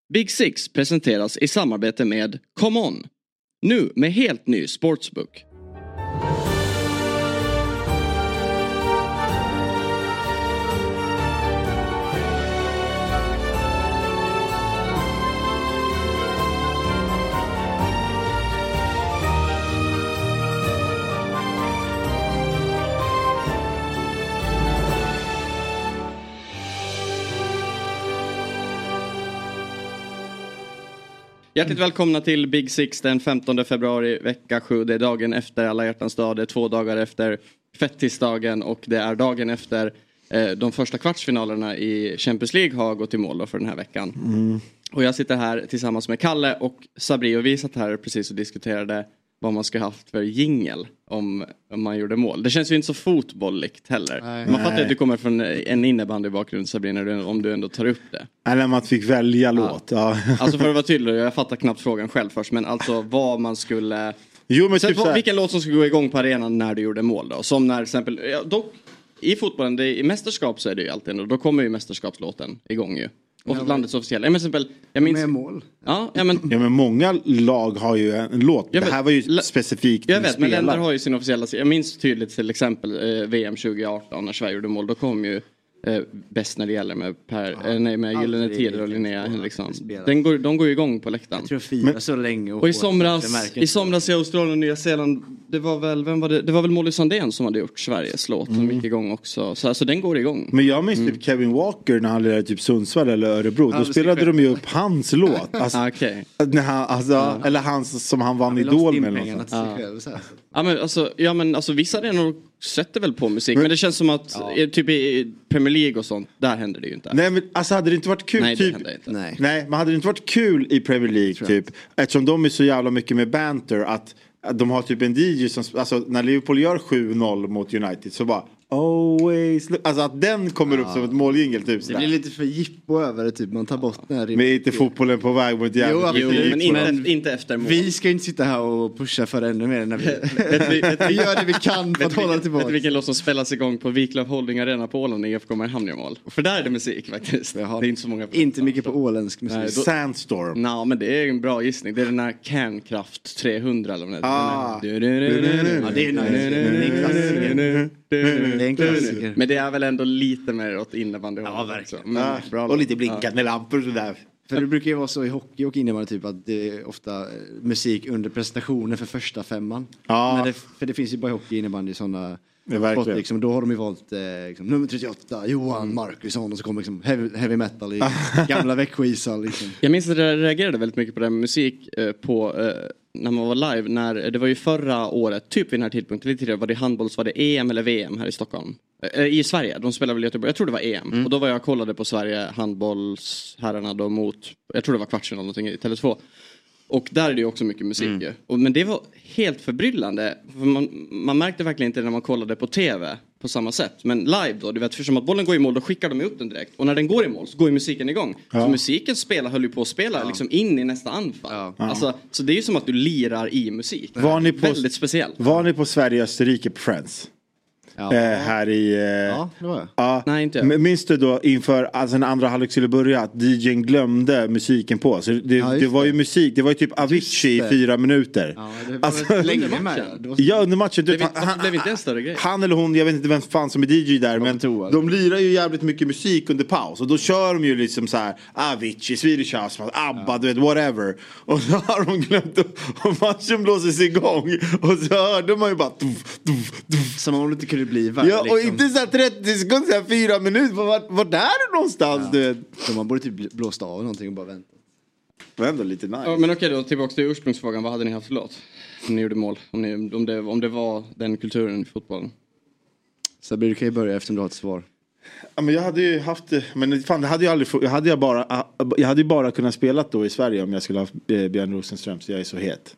Big Six presenteras i samarbete med Come On. Nu med helt ny sportsbook. Hjärtligt välkomna till Big Six den 15 februari vecka 7. Det är dagen efter alla hjärtans dag. Det är 2 dagar efter fettisdagen och det är dagen efter de första kvartsfinalerna i Champions League har gått i mål då för den här veckan. Och jag sitter här tillsammans med Kalle och Sabri och vi satt här precis och diskuterade vad man ska haft för jingel om man gjorde mål. Det känns ju inte så fotbollligt heller. Nej. Man fattar att du kommer från en innebandybakgrund, Sabrina, om du ändå tar upp det. Eller man fick välja låt. Ja. Alltså för att vara tydlig, jag fattar knappt frågan själv först. Men alltså vad man skulle... typ vilken låt som skulle gå igång på arenan när du gjorde mål då? Som när till exempel... Ja, dock, i fotbollen, i mästerskap så är det ju alltid. Och då kommer ju mästerskapslåten igång ju. Och landets officiella. Jag minns... Med mål. Ja, men många lag har ju en låt. Det här var ju specifikt. Jag vet, men länder har ju sin officiella... Jag minns tydligt till exempel VM 2018 när Sverige gjorde mål. Då kom ju bäst när det gäller med Gyllene Tider och Linnea Henriksson. De går ju igång på läktaren. Jag tror firar så länge. Och i somras i Australien och Nya Zeeland, det var väl Molly Sandén som hade gjort Sveriges låt som gick igång också. Så alltså, den går igång. Men jag minns typ Kevin Walker när han lirade typ Sundsvall eller Örebro. Då spelade de ju upp hans låt. Alltså, okay. Eller hans som han vann Idol med. Men vissa arenor sätter väl på musik. Men det känns som att typ i Premier League och sånt, där händer det ju inte. Nej, men alltså hade det inte varit kul. Nej, typ, det händer inte. Nej, men hade det inte varit kul i Premier League typ, eftersom de är så jävla mycket med banter att de har typ en DJ som, alltså när Liverpool gör 7-0 mot United så bara always, alltså att den kommer upp som ett måljingel typ. Det blir lite för jippo över det typ, man tar bort den här. Men inte fotbollen på väg mot men inte efter mål. Vi ska inte sitta här och pusha för ännu mer när vi gör det vi kan för att hålla tillbaka. Vet du vilken låt som spelas igång på Wiklöf Holding Arena på Åland när IFK Mariehamn gör mål? För där är det musik faktiskt. Det är inte så många. Inte mycket på åländsk musik. Nej, Sandstorm. Nej, men det är en bra gissning. Det är den här Kärnkraft 300 eller vad det är. Det är en klassiker. Men det är väl ändå lite mer åt innebandy. Ja, verkligen. Bra. Och lite blinkande lampor sådär. För det brukar ju vara så i hockey och innebandy typ att det är ofta musik under prestationen för första femman. Ja. För det finns ju bara i hockey och innebandy sådana sport, liksom. Då har de ju valt nummer 38, Johan Markusson, och så kommer liksom heavy metal i gamla Växjöisar liksom. Jag minns att jag reagerade väldigt mycket på det med musik när man var live, när det var ju förra året, typ vid den här tidpunkten, lite tidigare, var det handbolls, var det EM eller VM här i Stockholm? I Sverige, de spelade väl i Göteborg, jag tror det var EM. Och då var jag och kollade på Sverige handbollsherrarna då mot, jag tror det var kvartsfinal någonting i Tele2. Och där är det ju också mycket musik men det var helt förbryllande. För man märkte verkligen inte när man kollade på tv på samma sätt. Men live då, du vet, för som att bollen går i mål, då skickar de upp den direkt. Och när den går i mål så går ju musiken igång. Så musiken höll ju på att spela liksom in i nästa anfall. Alltså, så det är ju som att du lirar i musik. Väldigt speciellt. Var ni på Sverige-Österrike på Friends? Här i... det var jag. Nej, inte jag. Minns du då inför alltså när andra halvlek skulle börja att DJ:n glömde musiken på? Så det var ju musik, det var ju typ Avicii i 4 minuter. Ja, det var länge med. Under matchen. Det blev inte en större grej. Han eller hon, jag vet inte vem fan som är DJ där, men de lirar ju jävligt mycket musik under paus. Och då kör de ju liksom så här Avicii, Swedish House, ABBA, du vet, whatever. Och så har de glömt och matchen blåses igång. Och så hörde man ju bara som om det inte kunde bli värre. Ja, och inte så här 30 sekunder, så här 4 minuter. Vart är det någonstans, du vet? Så man borde typ blåsta av någonting och bara vänta. Det var ändå lite nice. Ja, men okej då, tillbaka till ursprungsfrågan. Vad hade ni haft för låt? Om ni gjorde mål. Om det var den kulturen i fotbollen. Så brukar jag börja efter du har ett svar. Ja, men jag hade ju haft, men fan, det hade ju aldrig, jag hade ju bara kunnat spela då i Sverige om jag skulle ha Björn Rosenström, så jag är så het.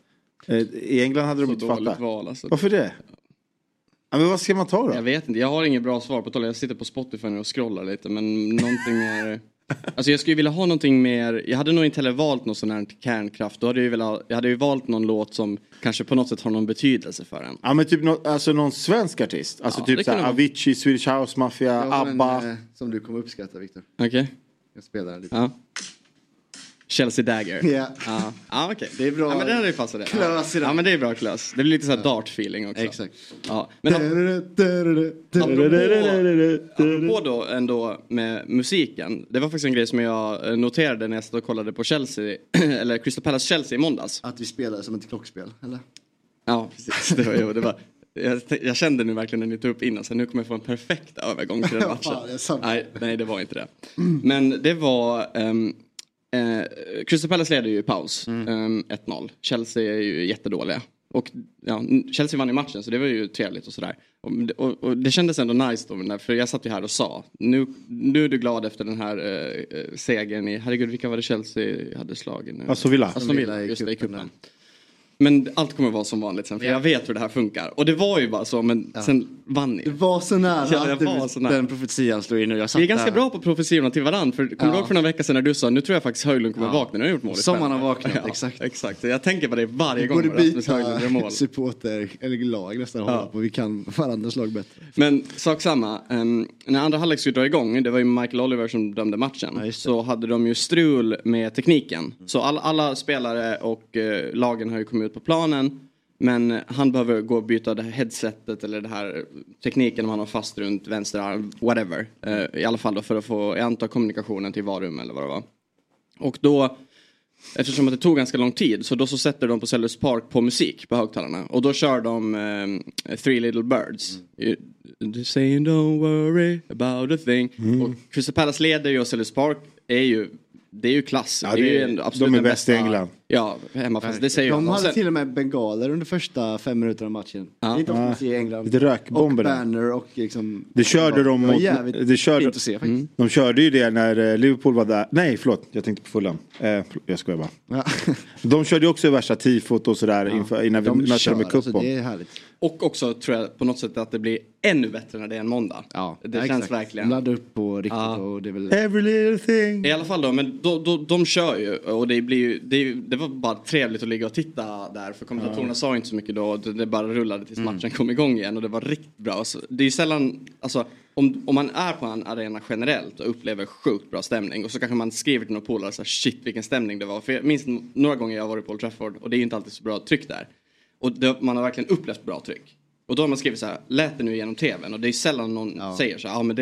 I England hade de inte fattat. Alltså. Varför det? Ja, men vad ska man ta då? Jag vet inte, jag har inget bra svar på tal. Jag sitter på Spotify nu och scrollar lite, men någonting mer... Alltså jag skulle vilja ha någonting mer. Jag hade nog inte heller valt någon sån här kärnkraft. Då hade jag hade ju valt någon låt som kanske på något sätt har någon betydelse för en. Ja, men typ någon svensk artist. Alltså typ så här Avicii, Swedish House Mafia, ABBA. Som du kommer uppskatta, Victor. Okej. Jag spelar lite. Ja. Chelsea Dagger. Ja, okej. Det är bra. Ja, men det hade ju passat det. Klös i den. Ja, men det är bra klös. Det blir lite så här dart-feeling också. Exakt. Ja, men apropå då ändå med musiken. Det var faktiskt en grej som jag noterade när jag stod och kollade på Chelsea, eller Crystal Palace Chelsea i måndags. Att vi spelade som ett klockspel, eller? Ja, precis. Det var jag kände nu verkligen när ni tog upp innan, så nu kommer jag få en perfekt övergång till den matchen. Nej, det var inte det. Men det var Crystal Palace leder ju i paus 1-0. Chelsea är ju jättedåliga. Och ja, Chelsea vann i matchen, så det var ju trevligt och sådär. Och det kändes ändå nice då, för jag satt ju här och sa nu är du glad efter den här segern i, herregud, vilka var det Chelsea hade slagit nu? Aston Villa, just det, i cupen. Men allt kommer vara som vanligt sen, för jag vet hur det här funkar. Och det var ju bara så, men sen vann ni. Det var så nära den profetian slog in. Och jag vi är ganska bra på profetiorna till varandra. För kommer du ihåg för några veckor sedan när du sa, nu tror jag faktiskt Höjlund kommer vakna. Nu har jag gjort mål. Som han har vaknat, exakt. Jag tänker på det varje gång. Borde byta supporter eller lag nästan hålla på. Vi kan varandras lag bättre. Men sak samma. När andra halvlek skulle dra igång, det var ju Michael Oliver som dömde matchen. Så hade de ju strul med tekniken. Så alla spelare och lagen har ju kommit ut på planen, men han behöver gå och byta det här headsetet eller det här tekniken om han har fast runt vänster arm, whatever. I alla fall då för att få anta kommunikationen till varrum eller vad det var. Och då, eftersom att det tog ganska lång tid, så sätter de på Sellers Park på musik på högtalarna. Och då kör de Three Little Birds. Saying don't worry about a thing. Och Crystal Palace leder ju, och Sellers Park det är ju klass. Ja, det är ju ändå absolut de är bäst i England. Ja, hemmafans. Det säger de hade till och med bengaler under första 5 minuterna av matchen. Ja. Det är inte ofta i England. Lite rökbomber. Och banner och liksom... Det körde de mot... Fint att se, faktiskt. De körde ju det när Liverpool var där. Nej, förlåt. Jag tänkte på Fulham. Jag skojar bara. Ja. De körde ju också värsta tifot och sådär innan vi mötte dem i cupen. Det är härligt. Och också tror jag på något sätt att det blir ännu bättre när det är en måndag. Ja, det känns verkligen. De laddar upp på riktigt och det är väl... Every little thing. I alla fall då, men de kör ju, och det var bara trevligt att ligga och titta där, för kommentatorerna sa inte så mycket då, det bara rullade tills matchen kom igång igen, och det var riktigt bra. Så det är ju sällan, alltså om man är på en arena generellt och upplever sjukt bra stämning, och så kanske man skriver till några polare så här, shit vilken stämning det var, för jag minns några gånger jag har varit på Old Trafford och det är ju inte alltid så bra tryck där, och man har verkligen upplevt bra tryck. Och då har man skrivit så här, lät det nu genom tvn, och det är sällan någon säger så här, men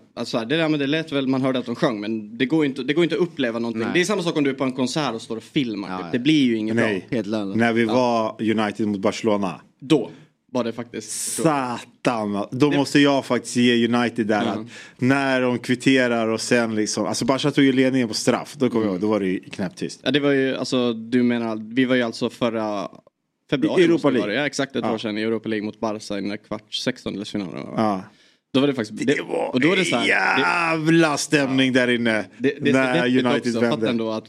det lät väl, man hörde att de sjöng, men det går inte att uppleva någonting. Nej. Det är samma sak om du är på en konsert och står och filmar. Ja. Det blir ju inget bra. När vi var United mot Barcelona. Då var det faktiskt... Satan! Då måste jag faktiskt ge United där att när de kvitterar och sen liksom... Alltså Barca tog ju ledningen på straff. Då kommer jag ihåg, då var det ju knäpptyst. Ja, det var ju, alltså du menar, vi var ju alltså förra... februari i Europa League. Ja, exakt ett år sedan i Europa League mot Barca i den kvart 16 eller finalen. Ja. Då var det faktiskt och då är det så här, jävla stämning där inne när United vände. Ändå att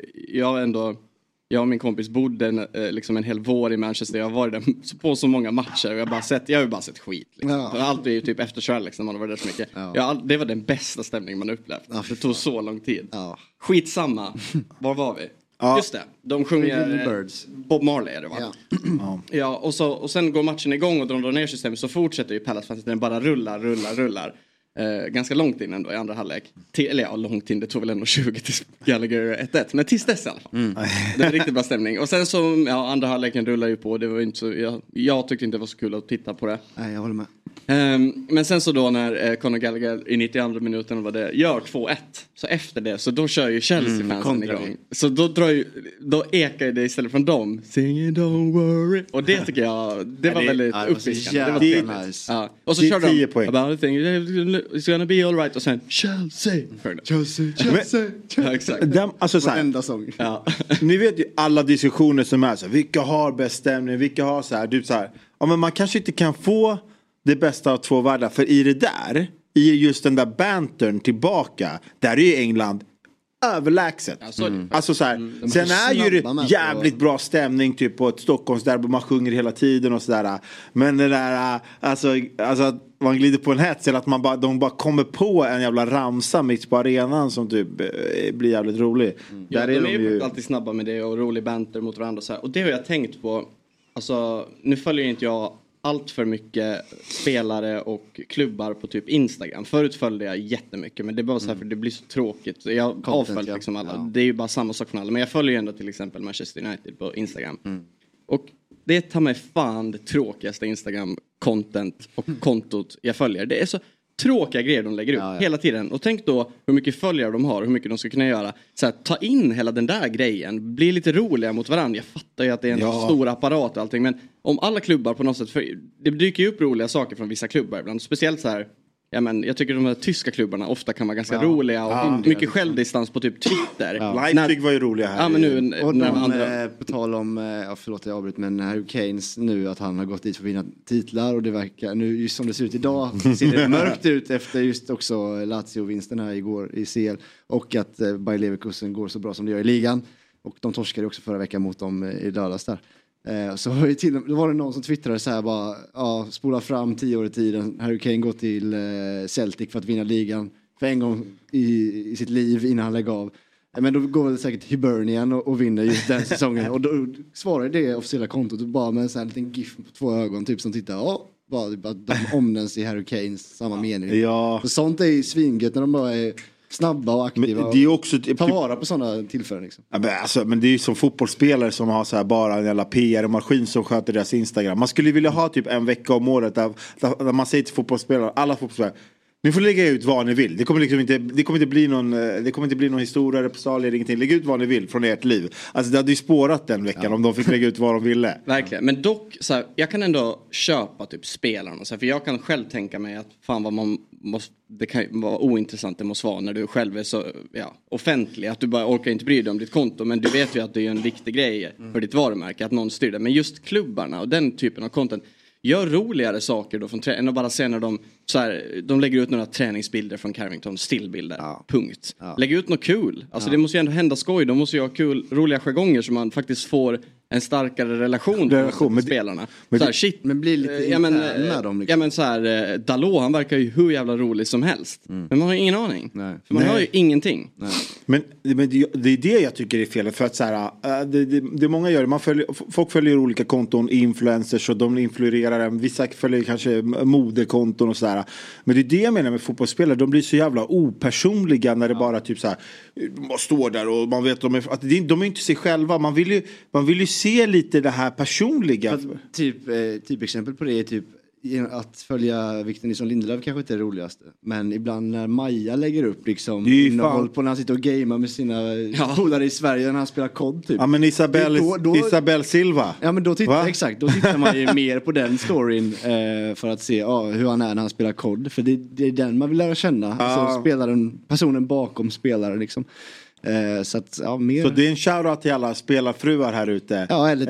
jag och min kompis bodde liksom en hel vår i Manchester. Jag har varit där på så många matcher och jag har ju bara sett skit liksom. Allt är ju typ efterkör liksom, man har varit där så mycket. Det var den bästa stämningen man upplevt. Det tog så lång tid. Skitsamma. Var var vi? Just det, de sjunger Bob Marley är det, va? Ja, och sen går matchen igång och de drar ner systemet, så fortsätter ju Palace faktiskt, den bara rullar. Ganska långt in ändå i andra halvlek. Långt in, det tog väl ändå 20 till Gallagher 1-1. Men tills dess i alla fall. Det är riktigt bra stämning. Och sen så, andra halvleken rullar ju på. Det var inte så, jag tyckte inte det var så kul att titta på det. Nej, jag håller med. Men sen så då när Conor Gallagher i 92 minuten var det gör 2-1. Så efter det, så då kör ju Chelsea-fansen igång. Så då ekar det istället från dem. Sing it, don't worry. Och det tycker jag, det var väldigt uppfriskande. Det var nice. Ja. Och så körde de 10 poäng. About a thing, it's gonna be all right. Och sen Chelsea. Ja, exakt. Alltså så här, enda sång. Ja. Ni vet ju alla diskussioner som är så här, vilka har bäst stämning, vilka har så här, du så här. Ja, men man kanske inte kan få det bästa av två världar, för i det där, i just den där bantern tillbaka, där är ju England överlägset. Alltså så här, sen är ju det jävligt bra stämning typ på ett Stockholmsderby, man sjunger hela tiden och sådär. Men det där, alltså att man glider på en hets, eller att de bara kommer på en jävla ramsa mitt på arenan som typ blir jävligt rolig. Ja, där är ju alltid snabba med det och rolig banter mot varandra och så här. Och det har jag tänkt på, alltså nu följer inte jag allt för mycket spelare och klubbar på typ Instagram. Förut följde jag jättemycket, men det är bara så här för det blir så tråkigt. Jag avföljt liksom alla. Ja. Det är ju bara samma sak från alla. Men jag följer ju ändå till exempel Manchester United på Instagram. Och det tar mig fan det tråkigaste Instagram-content och kontot jag följer. Det är så tråkiga grejer de lägger ut hela tiden. Och tänk då hur mycket följare de har, hur mycket de ska kunna göra. Så här, ta in hela den där grejen, bli lite roliga mot varandra. Jag fattar ju att det är en stor apparat och allting, men om alla klubbar på något sätt, för det dyker ju upp roliga saker från vissa klubbar ibland. Speciellt så här, jag tycker de här tyska klubbarna ofta kan vara ganska roliga och mycket självdistans på typ Twitter. Leipzig var ju roliga här. Ja, men nu och de, på tal om, förlåt jag avbryter, men Harry Kanes nu att han har gått dit för att vinna titlar och det verkar, nu just som det ser ut idag, ser det mörkt ut efter just också Lazio-vinsten här igår i CL och att Bayer Leverkusen går så bra som det gör i ligan och de torskade också förra veckan mot dem i lördags där. Så då var det någon som twittrade så här bara, spola fram 10 år i tiden. Harry Kane går till Celtic för att vinna ligan för en gång i sitt liv innan han lägger av. Men då går väl säkert Hibernian och vinner just den säsongen. Och då svarar det officiella kontot bara med en sån här liten gif på 2 ögon typ som tittar, bara de omnämns i Harry Kanes samma mening. Ja. Så sånt är ju svinget när de bara är snabba och aktiva. Men det är också ta vara på sådana tillfällen liksom. Ja, men det är ju som fotbollsspelare som har så här bara en jävla PR-maskin som sköter deras Instagram. Man skulle vilja ha typ en vecka om året där man säger till fotbollsspelare, alla fotbollsspelare, ni får lägga ut vad ni vill. Det kommer liksom inte, det kommer inte bli någon historia, repressalier, ingenting. Lägg ut vad ni vill från ert liv. Alltså det hade ju spårat den veckan om de fick lägga ut vad de ville. Verkligen, men dock så här, jag kan ändå köpa typ spelarna så här, för jag kan själv tänka mig att fan vad man måste, det kan vara ointressant det måste vara när du själv är så offentlig, att du bara orkar inte bry dig om ditt konto, men du vet ju att det är en viktig grej för ditt varumärke att någon styr det. Men just klubbarna och den typen av content gör roligare saker då från än att bara se när de lägger ut några träningsbilder från Carrington, stillbilder, punkt. Lägg ut något kul. Alltså det måste ju ändå hända skoj. De måste ju ha kul, roliga jargonger så man faktiskt får en starkare relation med spelarna. Men blir lite intern med dem liksom. Ja men så här, Dalot han verkar ju hur jävla rolig som helst. Men man har ingen aning. För man har ju ingenting. Men det är det jag tycker är fel. För att så här, det många gör, folk följer olika konton, influencers och de influerar en. Vissa följer kanske modekonton och sådär. Men det är det jag menar med fotbollsspelare. De blir så jävla opersonliga när det bara typ så här, man står där och man vet att de är inte sig själva. Man vill ju se lite det här personliga. Typ exempel på det är typ att följa Victor Nilsson Lindelöf kanske inte är det roligaste. Men ibland när Maja lägger upp liksom innehåll på när han sitter och gamer med sina polare i Sverige när han spelar kod typ. Ja men Isabel Silva. Ja men då tittar man ju mer på den storyn för att se hur han är när han spelar kod. För det är den man vill lära känna. Alltså personen bakom spelaren liksom. Så mer. Så det är en shoutout till alla spelarfruar här ute.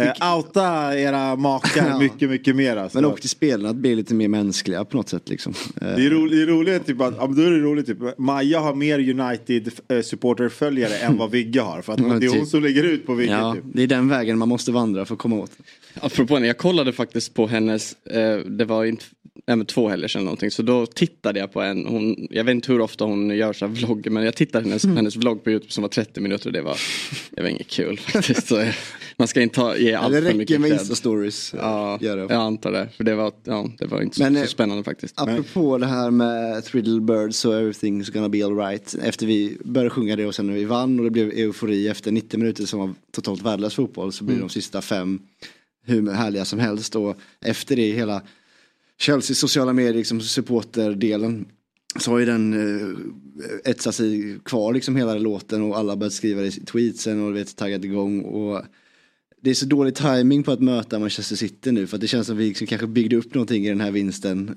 Outa era makar mycket, mycket mer. Alltså. Men också till spelarna att bli lite mer mänskliga på något sätt liksom. Det är roligt typ att då är det roligt typ Maja har mer United supporterföljare än vad Vigge har för att det är hon som lägger ut på Vigge. Ja, typ. Det är den vägen man måste vandra för att komma åt. Apropå jag kollade faktiskt på hennes det var inte 2 helger sedan någonting, så då tittade jag på jag vet inte hur ofta hon gör så här vlogg, men jag tittade hennes vlogg på YouTube som var 30 minuter och det var inget kul faktiskt. Så man ska inte ge allt för mycket. Det räcker med Insta-stories. Jag antar det, för det var inte så spännande faktiskt. Apropå det här med Thrilled Birds och Everything's gonna be alright. Efter vi började sjunga det och sen när vi vann och det blev eufori efter 90 minuter som var totalt värdelös fotboll, så blir de sista 5 hur härliga som helst. Och efter det hela Chelseas sociala medier liksom supporterdelen, så har ju den etsat sig kvar liksom hela låten och alla börjat skriva det i tweetsen och taggat igång, och det är så dålig timing på att möta Manchester City nu, för att det känns som vi liksom kanske byggde upp någonting i den här vinsten.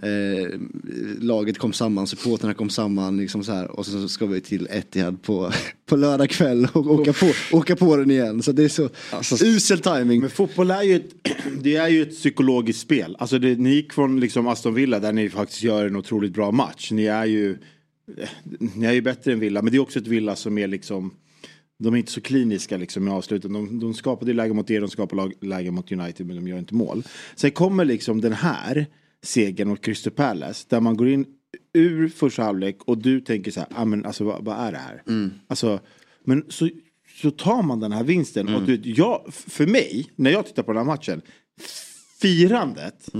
Laget kom samman, supporterna kom samman liksom så här, och så ska vi till Etihad på lördag kväll och åka på den igen. Så det är så usel timing. Men fotboll är ju ett psykologiskt spel. Alltså ni gick från liksom Aston Villa där ni faktiskt gör en otroligt bra match. Ni är ju bättre än Villa, men det är också ett Villa som är liksom, de är inte så kliniska liksom i avslutet. De skapade läge mot er, de skapade läge mot United, men de gör inte mål. Sen kommer liksom den här segern mot Crystal Palace där man går in ur första halvlek och du tänker så här, men alltså vad är det här? Alltså, men så tar man den här vinsten och för mig när jag tittar på den här matchen, firandet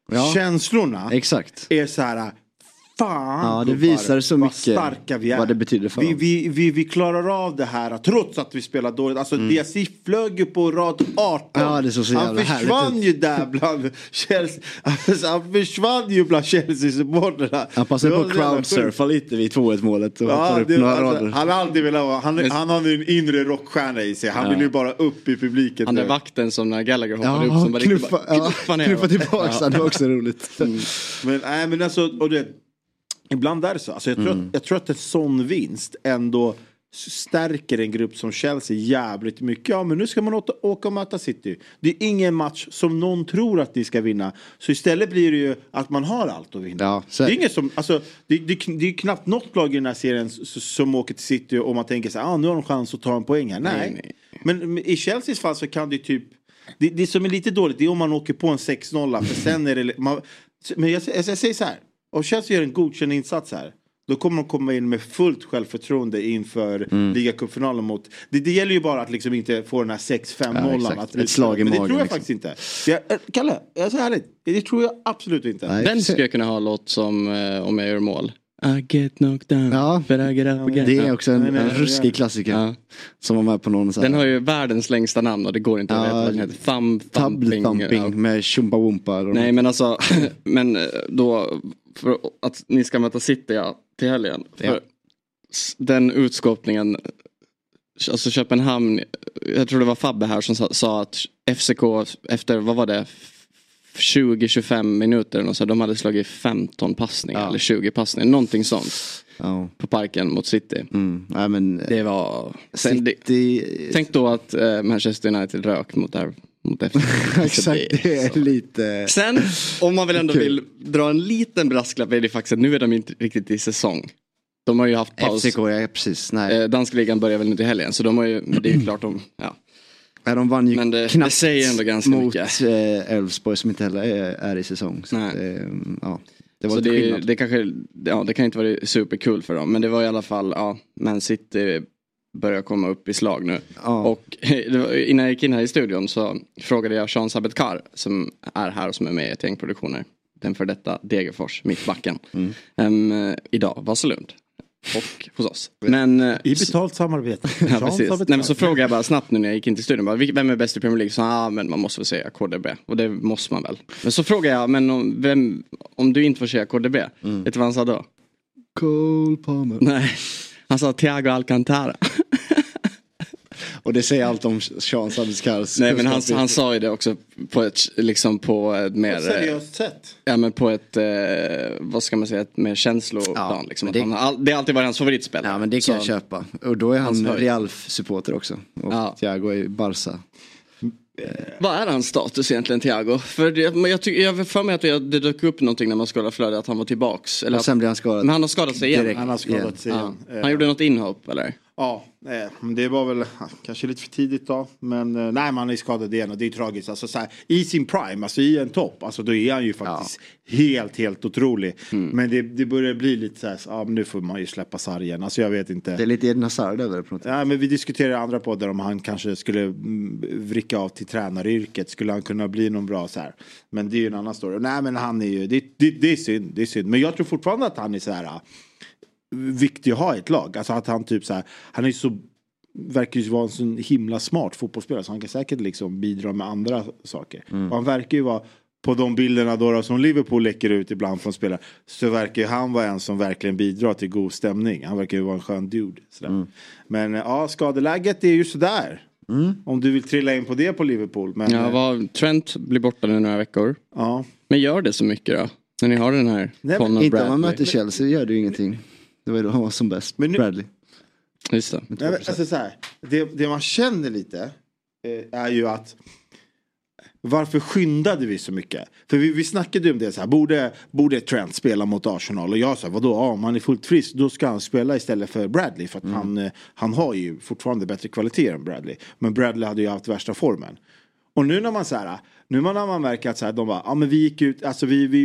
känslorna är så här. Fan, det visar så mycket starka vi är. Vad det betyder för vi klarar av det här trots att vi spelar dåligt. Alltså Diaz på rad 18. Ja, det är så han försvann ju där bland Chelsea. Han försvann ju bland Chelsea-supporterna. Han passade på att crowdsurfa lite vid 2-1 målet. Och han har alltid velat han har en inre rockstjärna i sig. Han vill ju bara upp i publiken. Han är vakten som när Gallagher hoppade upp som bara knuffa tillbaka. Det var också roligt. Men alltså, och det ibland är det så. Alltså jag tror att en sån vinst ändå stärker en grupp som Chelsea jävligt mycket. Ja, men nu ska man åka och möta City. Det är ingen match som någon tror att de ska vinna. Så istället blir det ju att man har allt att vinna. Ja, det är inget som, alltså, det är knappt något lag i den här serien som åker till City och man tänker så här, nu har de chans att ta en poäng här. Nej. Men i Chelseas fall så kan det typ, det som är lite dåligt, det är om man åker på en 6-0. För sen är det, men jag säger så här. Om Chelsea gör en godkänd insats här, då kommer de komma in med fullt självförtroende inför ligacupfinalen mot. Det gäller ju bara att liksom inte få den här 6-5-0. Ett slag i magen. Men det tror jag faktiskt inte. Kalle, jag är så härligt. Det tror jag absolut inte. Den skulle jag kunna ha låt som om jag gör mål. I get knocked down, but I get up again. Det är också en ruskig klassiker. Som var med på någon så här. Den har ju världens längsta namn och det går inte att veta vad den heter. Thumping med Chumbawumpa. Nej, men alltså men då för att ni ska möta City till helgen. För den utskåpningen, alltså Köpenhamn, jag tror det var Fabbe här som sa att FCK efter, vad var det, 20-25 minuter och så, de hade slagit 15 passningar eller 20 passningar, någonting sånt på Parken mot City. Ja, men det var City... Tänk då att Manchester United rök mot FCK. Exakt, det är lite... Sen, om man väl ändå vill dra en liten brasklapp, är det faktiskt att nu är de inte riktigt i säsong. De har ju haft paus. FCK, precis. Danska ligan börjar väl nu till helgen, så de har ju, men det är ju klart de vann ju men det säger ändå ganska mot mycket. Elfsborg som inte heller är i säsong. Så det var så det kanske, det kan inte vara superkul för dem, men det var i alla fall, Man City börjar komma upp i slag nu. Och innan jag gick in här i studion så frågade jag Sean Sabetkar som är här och som är med i ett gäng produktioner. Den för detta Degerfors, mittbacken. Idag, Vasalund. Och hos oss. Men, i betalt samarbete. Men så frågade jag bara snabbt nu när jag gick in till studion. Vem är bäst i Premier League? Så men man måste väl säga KDB. Och det måste man väl. Men så frågade jag, men om du inte får säga KDB. Vet du vad han sa då? Cole Palmer. Nej, han sa Thiago Alcantara. Och det säger allt om Sean Sabetkars. Nej, men han sa ju det också på ett mer på ett seriöst sätt. Ja, men på ett vad ska man säga, ett mer känsloplan liksom. Det har alltid varit hans favoritspel. Ja, men det kan jag köpa. Och då är han Real-supporter också. Och Thiago är Barca. Vad är hans status egentligen, Thiago? För jag för mig att det dök upp någonting när man skadade flödet att han var tillbaks. Eller sen blev han skadad. Men han har skadat sig igen. Direkt. Han har skadat sig igen. Han gjorde något inhopp, eller? Ja, det var väl kanske lite för tidigt då. Men nej, man är skadad igen och det är tragiskt. Alltså så här, i sin prime, alltså i en topp. Alltså då är han ju faktiskt helt otrolig. Men det börjar bli lite så här, men nu får man ju släppa sargen. Alltså jag vet inte. Det är lite Eden Hazard över det på något sätt. Ja, men vi diskuterar andra poddar om han kanske skulle vricka av till tränaryrket. Skulle han kunna bli någon bra så här. Men det är ju en annan story. Nej, men han är ju, det är synd. Det är synd. Men jag tror fortfarande att han är så här viktig att ha i ett lag. Alltså att han typ så här, han är så, verkar ju vara en så himla smart fotbollsspelare så han kan säkert liksom bidra med andra saker. Och han verkar ju vara, på de bilderna då som Liverpool läcker ut ibland från spelare, så verkar ju han vara en som verkligen bidrar till god stämning. Han verkar ju vara en skön dude. Men skadeläget är ju sådär. Om du vill trilla in på det på Liverpool. Men, Trent blir borta nu några veckor. Ja. Men gör det så mycket då? När ni har den här inte om man möter Chelsea gör det ju ingenting. Det var då han var som bäst. Men Bradley. Just det. Nej, alltså så här, det man känner lite är ju att varför skyndade vi så mycket? För vi snackade om det så här, borde Trent spela mot Arsenal? Och jag sa, vadå? Om han är fullt frisk, då ska han spela istället för Bradley. För att han har ju fortfarande bättre kvalitet än Bradley. Men Bradley hade ju haft värsta formen. Och nu när man så här, när man märker att så här, de bara, men vi gick ut, alltså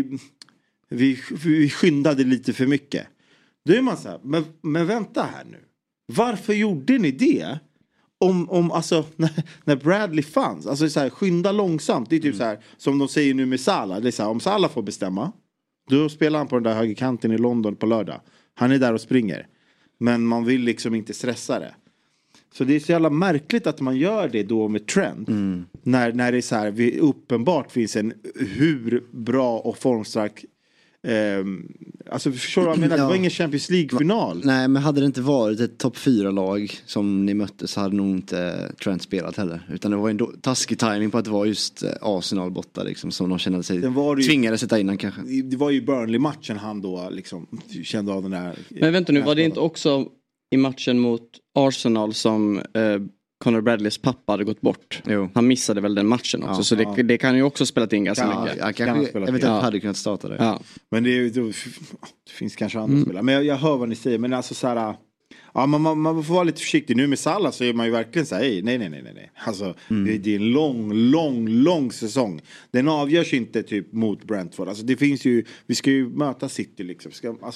vi skyndade lite för mycket. Då är man så här, men vänta här nu. Varför gjorde ni det? alltså när Bradley fanns, alltså så här, skynda långsamt, det är typ så här som de säger nu med Salah, det är så här, om Salah får bestämma, då spelar han på den där högerkanten i London på lördag. Han är där och springer. Men man vill liksom inte stressa det. Så det är så jävla märkligt att man gör det då med Trent. När det är så här, uppenbart finns en hur bra och formstark alltså förstår du vad jag menar? Det var ingen Champions League-final. Nej, men hade det inte varit ett topp 4-lag som ni mötte så hade nog inte Trent spelat heller. Utan det var en taskig timing på att det var just Arsenal borta liksom, som de kände sig tvingade sätta innan kanske. Det var ju Burnley-matchen han då liksom kände av den där. Men vänta nu, var det inte också i matchen mot Arsenal som Conor Bradleys pappa hade gått bort? Jo. Han missade väl den matchen också, så det kan ju också spelat in ganska mycket. Jag vet inte att hade kunnat starta det. Ja. Men det finns kanske andra spelare. Men jag hör vad ni säger, men alltså så här, ja, man får vara lite försiktig. Nu med Salah så är man ju verkligen så här, nej. Alltså, det är en lång säsong. Den avgörs inte typ mot Brentford. Alltså det finns ju, vi ska ju möta City liksom.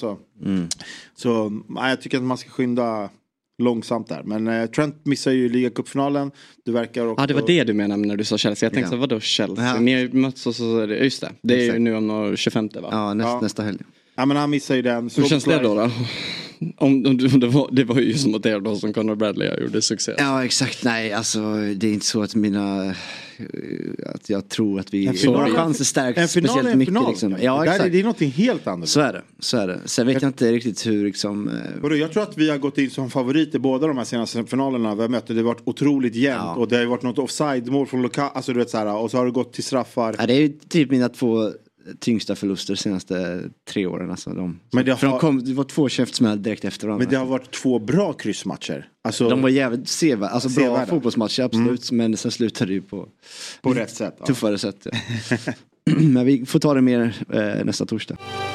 Så jag tycker att man ska skynda långsamt där. Men Trent missar ju ligacupfinalen. Du verkar också... det var det du menade när du sa Chelsea. Jag tänkte vadå Chelsea? Ja. Ni har mötts och så är det, just det. Det är ju nu om 25 va? Ja, nästa helg. Ja, men han missar ju den. Hur känns det då? Det var ju som att det då som Conor Bradley gjorde succé. Ja, exakt. Nej, alltså det är inte så att att jag tror att våra chanser stärks speciellt mycket. Liksom. Ja, exakt. Det är något helt annat. Så är det. Sen vet jag inte riktigt hur liksom... Jag tror att vi har gått in som favorit i båda de här senaste finalerna vi har mött. Det har varit otroligt jämnt och det har varit något offside-mål från lokal, alltså du vet så här, och så har det gått till straffar. Ja, det är ju typ mina 2 tyngsta förluster de senaste 3 åren. Alltså det var 2 käftsmäll direkt efter varandra. Men det har varit 2 bra kryssmatcher. Alltså, de var jävligt sevärda. Alltså bra fotbollsmatcher, absolut. Men sen slutade det ju på rätt sätt. Tuffare sätt. Men vi får ta det mer nästa torsdag.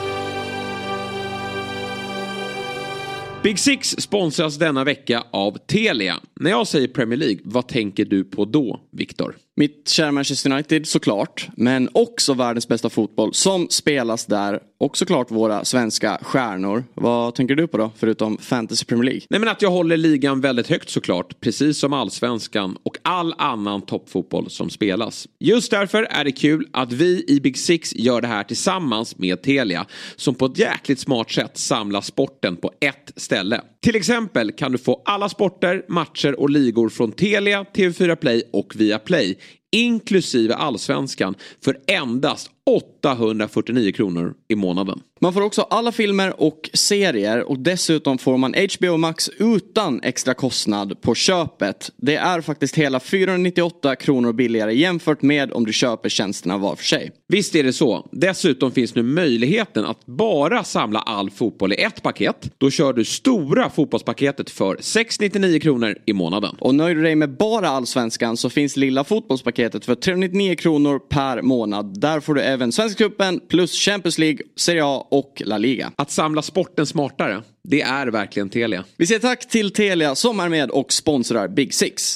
Big Six sponsras denna vecka av Telia. När jag säger Premier League, vad tänker du på då, Viktor? Mitt kära Manchester United såklart, men också världens bästa fotboll som spelas där, och såklart våra svenska stjärnor. Vad tänker du på då, förutom Fantasy Premier League? Nej, men att jag håller ligan väldigt högt såklart, precis som allsvenskan och all annan toppfotboll som spelas. Just därför är det kul att vi i Big Six gör det här tillsammans med Telia, som på ett jäkligt smart sätt samlar sporten på ett ställe. Till exempel kan du få alla sporter, matcher och ligor från Telia, TV4 Play och Viaplay, inklusive allsvenskan, för endast 849 kronor i månaden. Man får också alla filmer och serier, och dessutom får man HBO Max utan extra kostnad på köpet. Det är faktiskt hela 498 kronor billigare jämfört med om du köper tjänsterna var för sig. Visst är det så. Dessutom finns nu möjligheten att bara samla all fotboll i ett paket. Då kör du stora fotbollspaketet för 699 kronor i månaden. Och nöjer du dig med bara allsvenskan så finns lilla fotbollspaketet för 399 kronor per månad. Där får du även Svenska cupen plus Champions League, Serie A och La Liga. Att samla sporten smartare, det är verkligen Telia. Vi säger tack till Telia som är med och sponsrar Big Six.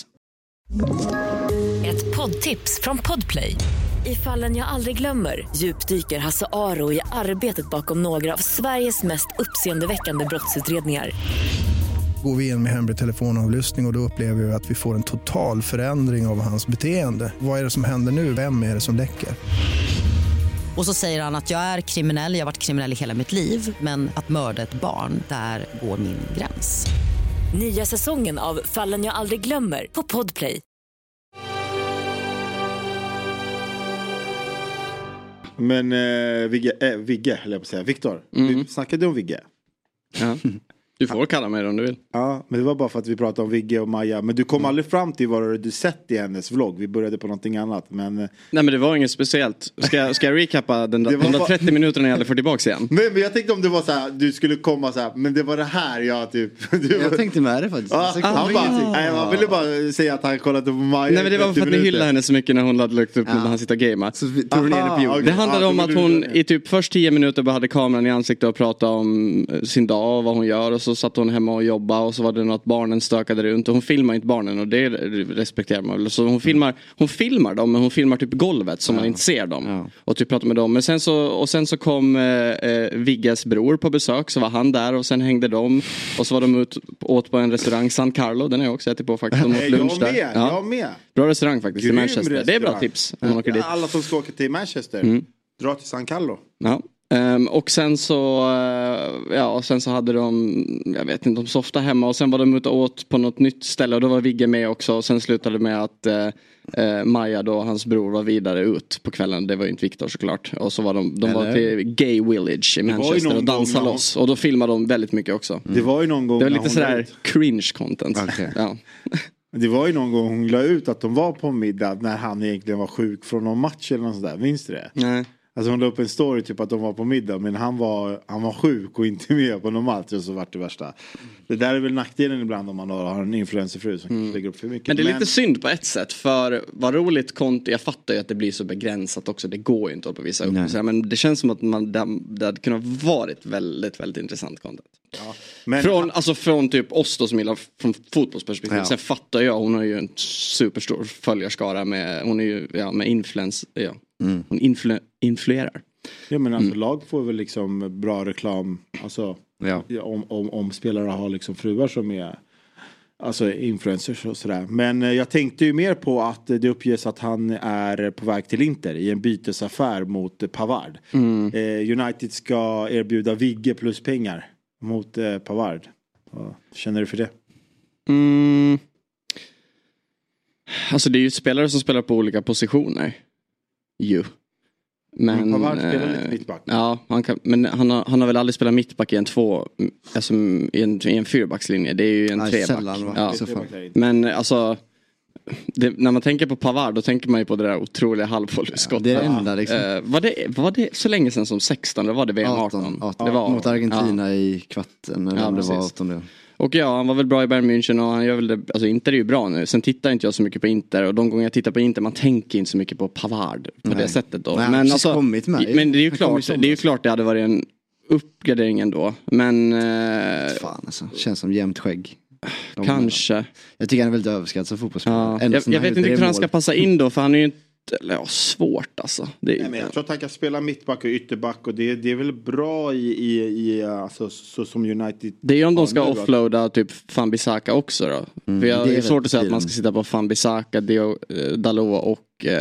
Ett poddtips från Podplay. I Fallen jag aldrig glömmer djupdyker Hasse Aro i arbetet bakom några av Sveriges mest uppseendeväckande brottsutredningar. Går vi in med hemlig telefonavlyssning och då upplever vi att vi får en total förändring av hans beteende. Vad är det som händer nu? Vem är det som läcker? Och så säger han att jag är kriminell, jag har varit kriminell i hela mitt liv. Men att mörda ett barn, där går min gräns. Nya säsongen av Fallen jag aldrig glömmer på Podplay. Men Vigge, eller jag på att säga. Viktor, vi snackade om Vigge. Ja. Du får kalla mig det om du vill. Ja, men det var bara för att vi pratade om Vigge och Maja. Men du kom aldrig fram till vad du sett i hennes vlogg. Vi började på någonting annat. Men... Nej, men det var inget speciellt. Ska jag recappa de 30 minuterna jag hade för tillbaka igen? Men jag tänkte om det var så här, du skulle komma så här, men det var det här jag typ... Jag tänkte med det faktiskt. Han ville bara säga att han kollade på Maja. Nej, men det var för att ni hyllade henne så mycket när hon hade lagt upp när han sitter och gameat. Så tog du ner det på jorden. Det handlade om att hon i typ först 10 minuter bara hade kameran i ansiktet och pratade om sin dag och vad hon gör och så satt hon hemma och jobbade och så var det något barnen stökade runt och hon filmar inte barnen och det respekterar man. Så hon filmar dem men hon filmar typ golvet så man inte ser dem och typ pratar med dem. Men sen så kom Vigges bror på besök, så var han där och sen hängde de och så var de åt på en restaurang, San Carlo, den är jag också ätit på faktiskt. Jag med. Bra restaurang faktiskt i Manchester. Restaurang. Det är bra tips om man åker dit. Alla som ska åka till Manchester dra till San Carlo. Ja. Och sen så hade de, jag vet inte, de softa hemma och sen var de ute och åt på något nytt ställe och då var Vigge med också och sen slutade det med att Maja då, hans bror, var vidare ut på kvällen. Det var ju inte Victor såklart. Och så var de var till Gay Village i Manchester och dansade loss. Och då filmade de väldigt mycket också. Det var ju någon gång. Det var lite sådär cringe content. Okay. Ja. Det var ju någon gång hon la ut att de var på middag när han egentligen var sjuk från någon match eller något sådär. Minns du det? Nej. Alltså hon la upp en story typ att de var på middag men han var sjuk och inte med på någon match och så vart det värsta. Det där är väl nackdelen ibland om man har en influencerfru som lägger upp för mycket. Men det är lite synd på ett sätt, för vad roligt jag fattar ju att det blir så begränsat också, det går ju inte att visa upp. Men det känns som att det hade kunnat varit väldigt, väldigt intressant content. Ja. Men, från typ oss då som gillar från fotbollsperspektiv. Sen fattar jag, hon har ju en superstor följarskara hon är ju med influens, hon influerar. Ja men alltså lag får väl liksom bra reklam alltså om spelare har liksom fruar som är alltså influencers och sådär. Men jag tänkte ju mer på att det uppges att han är på väg till Inter i en bytesaffär mot Pavard. United ska erbjuda Vigge plus pengar mot Pavard. Vad känner du för det? Alltså det är ju spelare som spelar på olika positioner. Men Pavard spelar lite mittback. Ja, men han har väl aldrig spelat mittback i en i en fyrbackslinje. Det är ju en treback. Men alltså när man tänker på Pavard då tänker man ju på det där otroliga halvvolleyskottet. Det är det enda liksom. Var det så länge sedan som 16 eller var det VM 18? Det var mot Argentina i kvarten eller det var 18. Och han var väl bra i Bayern München och han gör väl det, alltså Inter är ju bra nu. Sen tittar inte jag så mycket på Inter och de gånger jag tittar på Inter man tänker inte så mycket på Pavard på det sättet då. Nej, men alltså, men det är ju klart det hade varit en uppgradering ändå. Men fan alltså, känns som jämnt skägg. Kanske. Jag tycker han är väldigt överskattad som fotbollsspelare. Jag vet inte hur han ska passa in då, för han är ju inte svårt alltså. Nej, men jag tror att han kan spela mittback och ytterback och det är väl bra i alltså, så som United. Det är ju om de ska offloada typ Wan-Bissaka också då. För det är svårt att säga att man ska sitta på Wan-Bissaka, Dalot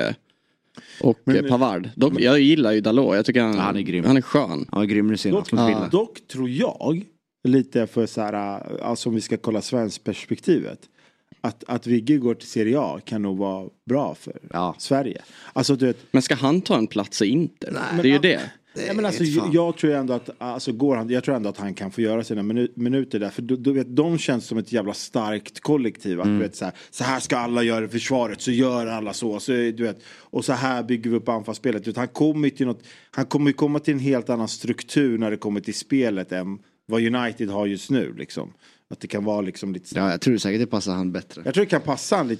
och Pavard. Jag gillar ju Dalot. Jag tycker han är grym. Han är skön. Han är grym nu senast. Dock tror jag lite för så här, alltså om vi ska kolla svensk perspektivet. Att Vigge går till Serie A kan nog vara bra för Sverige. Alltså, men ska han ta en plats i Inter? Nej, det är ju det. Men alltså, jag tror ändå att jag tror ändå att han kan få göra sina minuter där. För du vet, de känns som ett jävla starkt kollektiv. Att, du vet, så här ska alla göra i försvaret, så gör alla så du vet, och så här bygger vi upp anfallsspelet. Han kommer komma till en helt annan struktur när det kommer till spelet än vad United har just nu liksom. Att det kan vara liksom lite... Ja, jag tror säkert det passar han bättre. Jag tror det kan passa han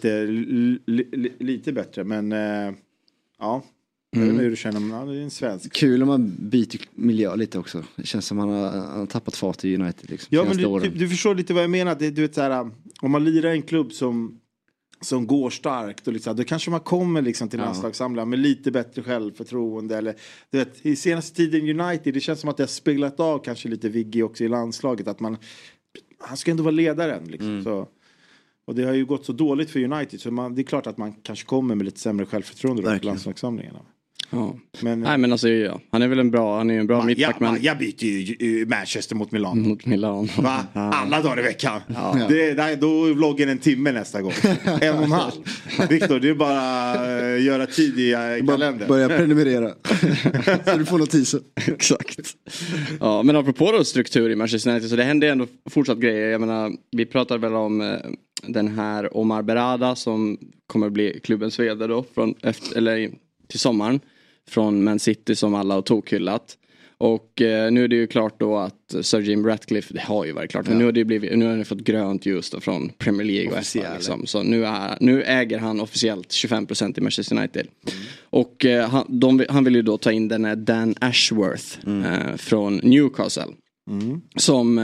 lite bättre. Men ja. Jag vet inte hur du känner, men det är en svensk. Kul om man byter miljö lite också. Det känns som han har tappat fart i United liksom. Ja, men du förstår lite vad jag menar. Du vet så här, om man lirar en klubb som går starkt och liksom, då kanske man kommer liksom till landslagssamlare med lite bättre självförtroende eller du vet, i senaste tiden United, det känns som att det har speglat av kanske lite Vigge också i landslaget, att han ska ändå vara ledaren liksom. Så, och det har ju gått så dåligt för United så det är klart att man kanske kommer med lite sämre självförtroende då på landslagssamlingarna. Ja. Nej men alltså han är väl en bra mittback. Jag byter ju Manchester mot Milan. Mot Milan. Va? Alla dagar i veckan. Ja. Då är vloggen en timme nästa gång. 1,5. Victor, det är bara göra tid i kalendern. Börja prenumerera. Så du får notiser. Exakt. Ja, men apropå då struktur i Manchester United, så det händer ändå fortsatt grejer. Jag menar, vi pratade väl om den här Omar Berrada som kommer bli klubbens vd då till sommaren från Man City som alla har tokhyllat. Och nu är det ju klart då att Sir Jim Ratcliffe, det har ju varit klart, men nu har ni fått grönt ljus då från Premier League och FA liksom. Så nu äger han officiellt 25% i Manchester United. Och han vill ju då ta in den här Dan Ashworth från Newcastle. som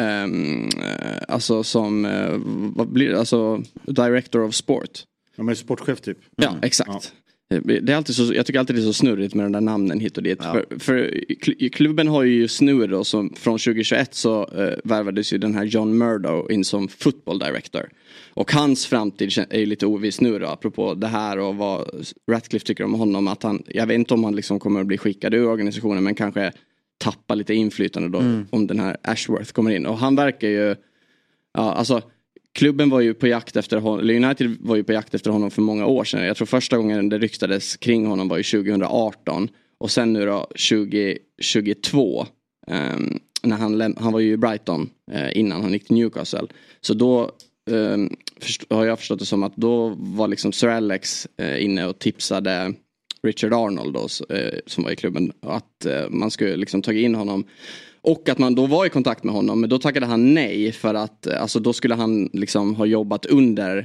vad blir det? Alltså director of sport. Ja, men sportchef typ. Ja, exakt. Det är alltid så, jag tycker alltid det är så snurrigt med de där namnen hit och dit. Ja. För klubben har ju just nu då, som från 2021 så värvades ju den här John Murdo in som football director. Och hans framtid är ju lite oviss nu då, apropå det här och vad Ratcliffe tycker om honom. Att jag vet inte om han liksom kommer att bli skickad ur organisationen, men kanske tappa lite inflytande då om den här Ashworth kommer in. Och han verkar ju, klubben var ju på jakt efter honom, eller United var ju på jakt efter honom för många år sedan. Jag tror första gången det ryktades kring honom var ju 2018. Och sen nu då 2022. När han var ju i Brighton innan han gick till Newcastle. Så då har jag förstått det som att då var liksom Sir Alex inne och tipsade Richard Arnold då, som var i klubben, att man skulle liksom ta in honom. Och att man då var i kontakt med honom, men då tackade han nej för att då skulle han liksom ha jobbat under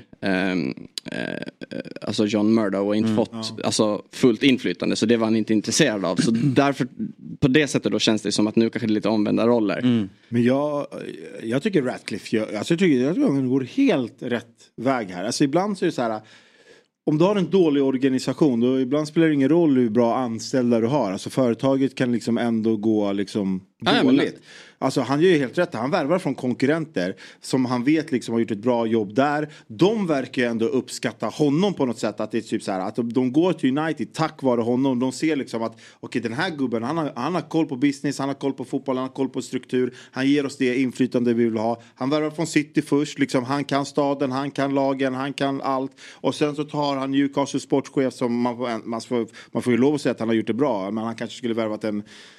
John Murdo och inte fått fullt inflytande, så det var han inte intresserad av. Så därför, på det sättet då känns det som att nu kanske det är lite omvända roller. Men jag tycker Ratcliffe jag tycker att han går helt rätt väg här. Alltså ibland så är det så här, om du har en dålig organisation, då ibland spelar det ingen roll hur bra anställda du har. Alltså företaget kan liksom ändå gå liksom dåligt. Alltså han gör ju helt rätt. Han värvar från konkurrenter som han vet liksom har gjort ett bra jobb där. De verkar ju ändå uppskatta honom på något sätt. Att det är typ så här, att de går till United tack vare honom. De ser liksom att okej, den här gubben, han har koll på business, han har koll på fotboll, han har koll på struktur. Han ger oss det inflytande vi vill ha. Han värvar från City först. Liksom, han kan staden, han kan lagen, han kan allt. Och sen så tar han Newcastle sportchef som man får ju lov att säga att han har gjort det bra. Men han kanske skulle värvat en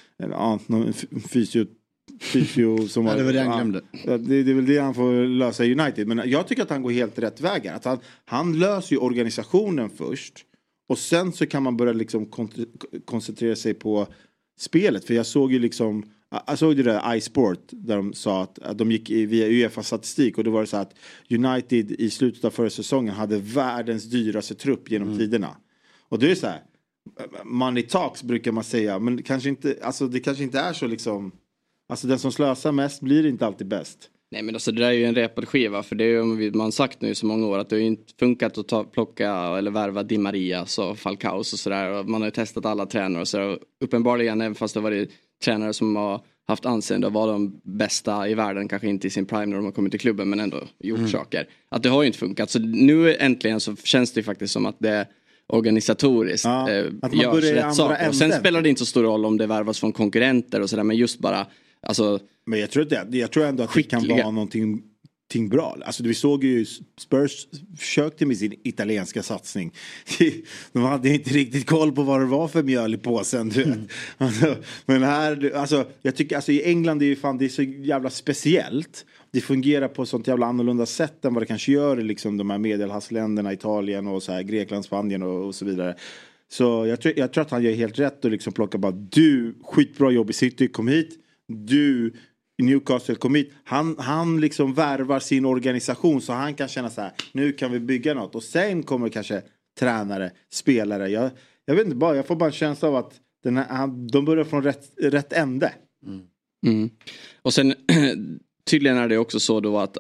fysio som det var det han glömde. Det är väl det han får lösa i United. Men jag tycker att han går helt rätt vägar. Att han löser ju organisationen först. Och sen så kan man börja liksom koncentrera sig på spelet. För jag såg ju liksom, jag såg det där iSport där de sa att de gick via UEFA-statistik. Och då var det så att United i slutet av förra säsongen hade världens dyraste trupp genom tiderna. Och det är så här, money talks brukar man säga. Men kanske inte, alltså det kanske inte är så liksom. Alltså den som slösar mest blir inte alltid bäst. Nej, men alltså det där är ju en repad skiva. För det är ju man sagt nu i så många år att det har ju inte funkat att plocka eller värva Di Maria och Falcaos och sådär. Man har ju testat alla tränare och så. Uppenbarligen, även fast det var det tränare som har haft anseende och var de bästa i världen, kanske inte i sin prime när de har kommit till klubben, men ändå gjort saker. Att det har ju inte funkat. Så nu äntligen så känns det faktiskt som att det organisatoriskt att man görs rätt saker. Och sen spelar det inte så stor roll om det värvas från konkurrenter och sådär, men just bara men jag tror ändå att det kan vara någonting bra. Alltså vi såg ju Spurs försökte med sin italienska satsning. De hade inte riktigt koll på vad det var för mjöl i påsen. Men här, jag tycker i England är det är så jävla speciellt. Det fungerar på ett sånt jävla annorlunda sätt än vad det kanske gör i liksom de här medelhavsländerna, Italien och så här, Grekland, Spanien och så vidare. Så jag tror att han gör helt rätt och liksom plocka bara, du, skitbra jobb i City, kom hit. Du i Newcastle kom hit. Han liksom värvar sin organisation så han kan känna så här, nu kan vi bygga något. Och sen kommer kanske tränare, spelare. Jag vet inte, jag får bara en känsla av att de börjar från rätt ände. Och sen tydligen är det också så då att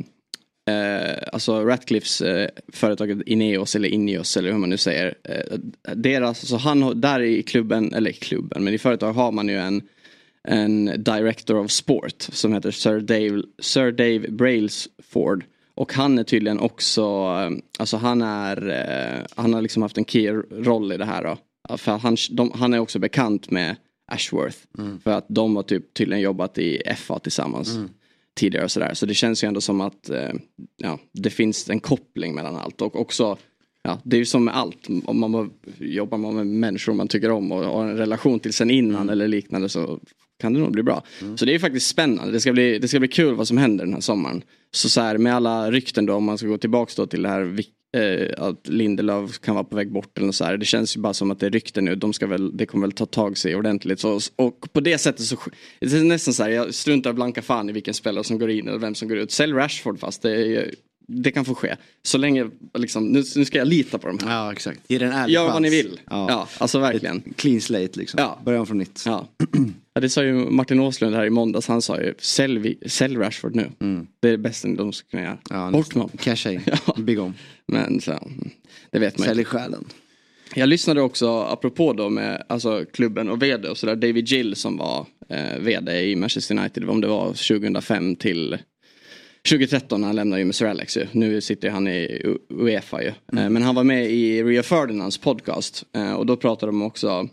Ratcliffes företaget Ineos eller hur man nu säger, deras, så han där i klubben, men i företag har man ju en director of sport som heter Sir Dave Brailsford, och han är tydligen också han har liksom haft en key roll i det här då. För han är också bekant med Ashworth för att de har tydligen jobbat i FA tillsammans tidigare och sådär. Så det känns ju ändå som att det finns en koppling mellan allt. Och också, det är ju som med allt. Om man jobbar med människor man tycker om och har en relation till sen innan eller liknande, så kan det nog bli bra. Så det är faktiskt spännande. Det ska bli kul vad som händer den här sommaren. Så här med alla rykten då, om man ska gå tillbaka då till det här att Lindelöf kan vara på väg bort eller så här. Det känns ju bara som att det är rykten nu. Det kommer väl ta tag sig ordentligt. Och på det sättet så det är nästan så här, jag struntar blanka fan i vilken spelare som går in eller vem som går ut. Sälj Rashford fast det är det kan få ske. Så länge, liksom, nu ska jag lita på dem här. Ja, exakt. Ge den ärlig Gör chans. vad ni vill. Ja, alltså verkligen. Ett clean slate liksom. Ja. Början från nytt. Ja. Ja, det sa ju Martin Åslund här i måndags. Han sa ju, sälj Rashford nu. Det är det bästa de ska kunna göra. Ja, bort med honom. Casha in. Big on. Men så, det vet man sälj själen. Jag lyssnade också, apropå då med alltså, klubben och vd och sådär, David Gill som var vd i Manchester United, om det var 2005 till 2013 när han lämnade ju med Sir Alex ju. Nu sitter han i UEFA ju. Men han var med i Rio Ferdinands podcast och då pratade de också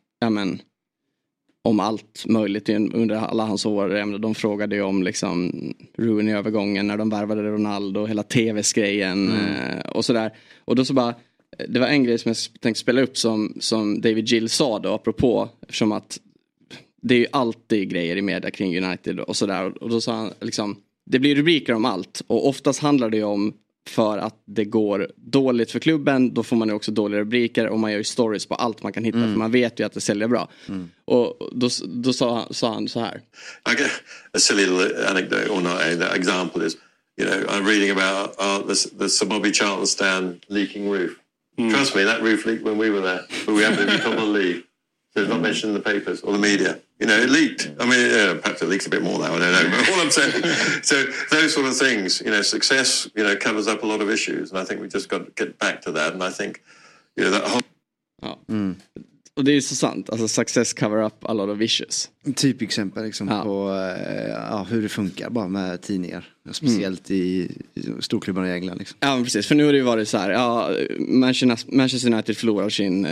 om allt möjligt under alla hans år. De frågade ju om liksom Rooney-övergången när de värvade Ronaldo, hela TV-grejen och sådär. Och då så bara, det var en grej som jag tänkte spela upp som David Gill sa då, apropå, eftersom att det är ju alltid grejer i media kring United och sådär. Och då sa han liksom, det blir rubriker om allt och oftast handlar det ju om för att det går dåligt för klubben, då får man ju också dåliga rubriker och man gör ju stories på allt man kan hitta för man vet ju att det säljer bra. Och då sa han så här. A silly little anecdote or not an example is, you know, I'm reading about the Sir Bobby Charlton stand leaking roof. Trust me, that roof leaked when we were there, but we haven't been told to leave. So it's not mentioned in the papers or the media. You know, it leaked. I mean, perhaps it leaks a bit more now, I don't know. But all I'm saying, so those sort of things, you know, success, you know, covers up a lot of issues. And I think we just got to get back to that. And I think, you know, that whole... Ja. Och det är ju så sant. Alltså, success cover up a lot of issues. Typexempel liksom på hur det funkar bara med tidningar. Speciellt i storklubbarna i England liksom. Ja, men precis. För nu har det ju varit så här. Ja, Manchester United förlorar sin...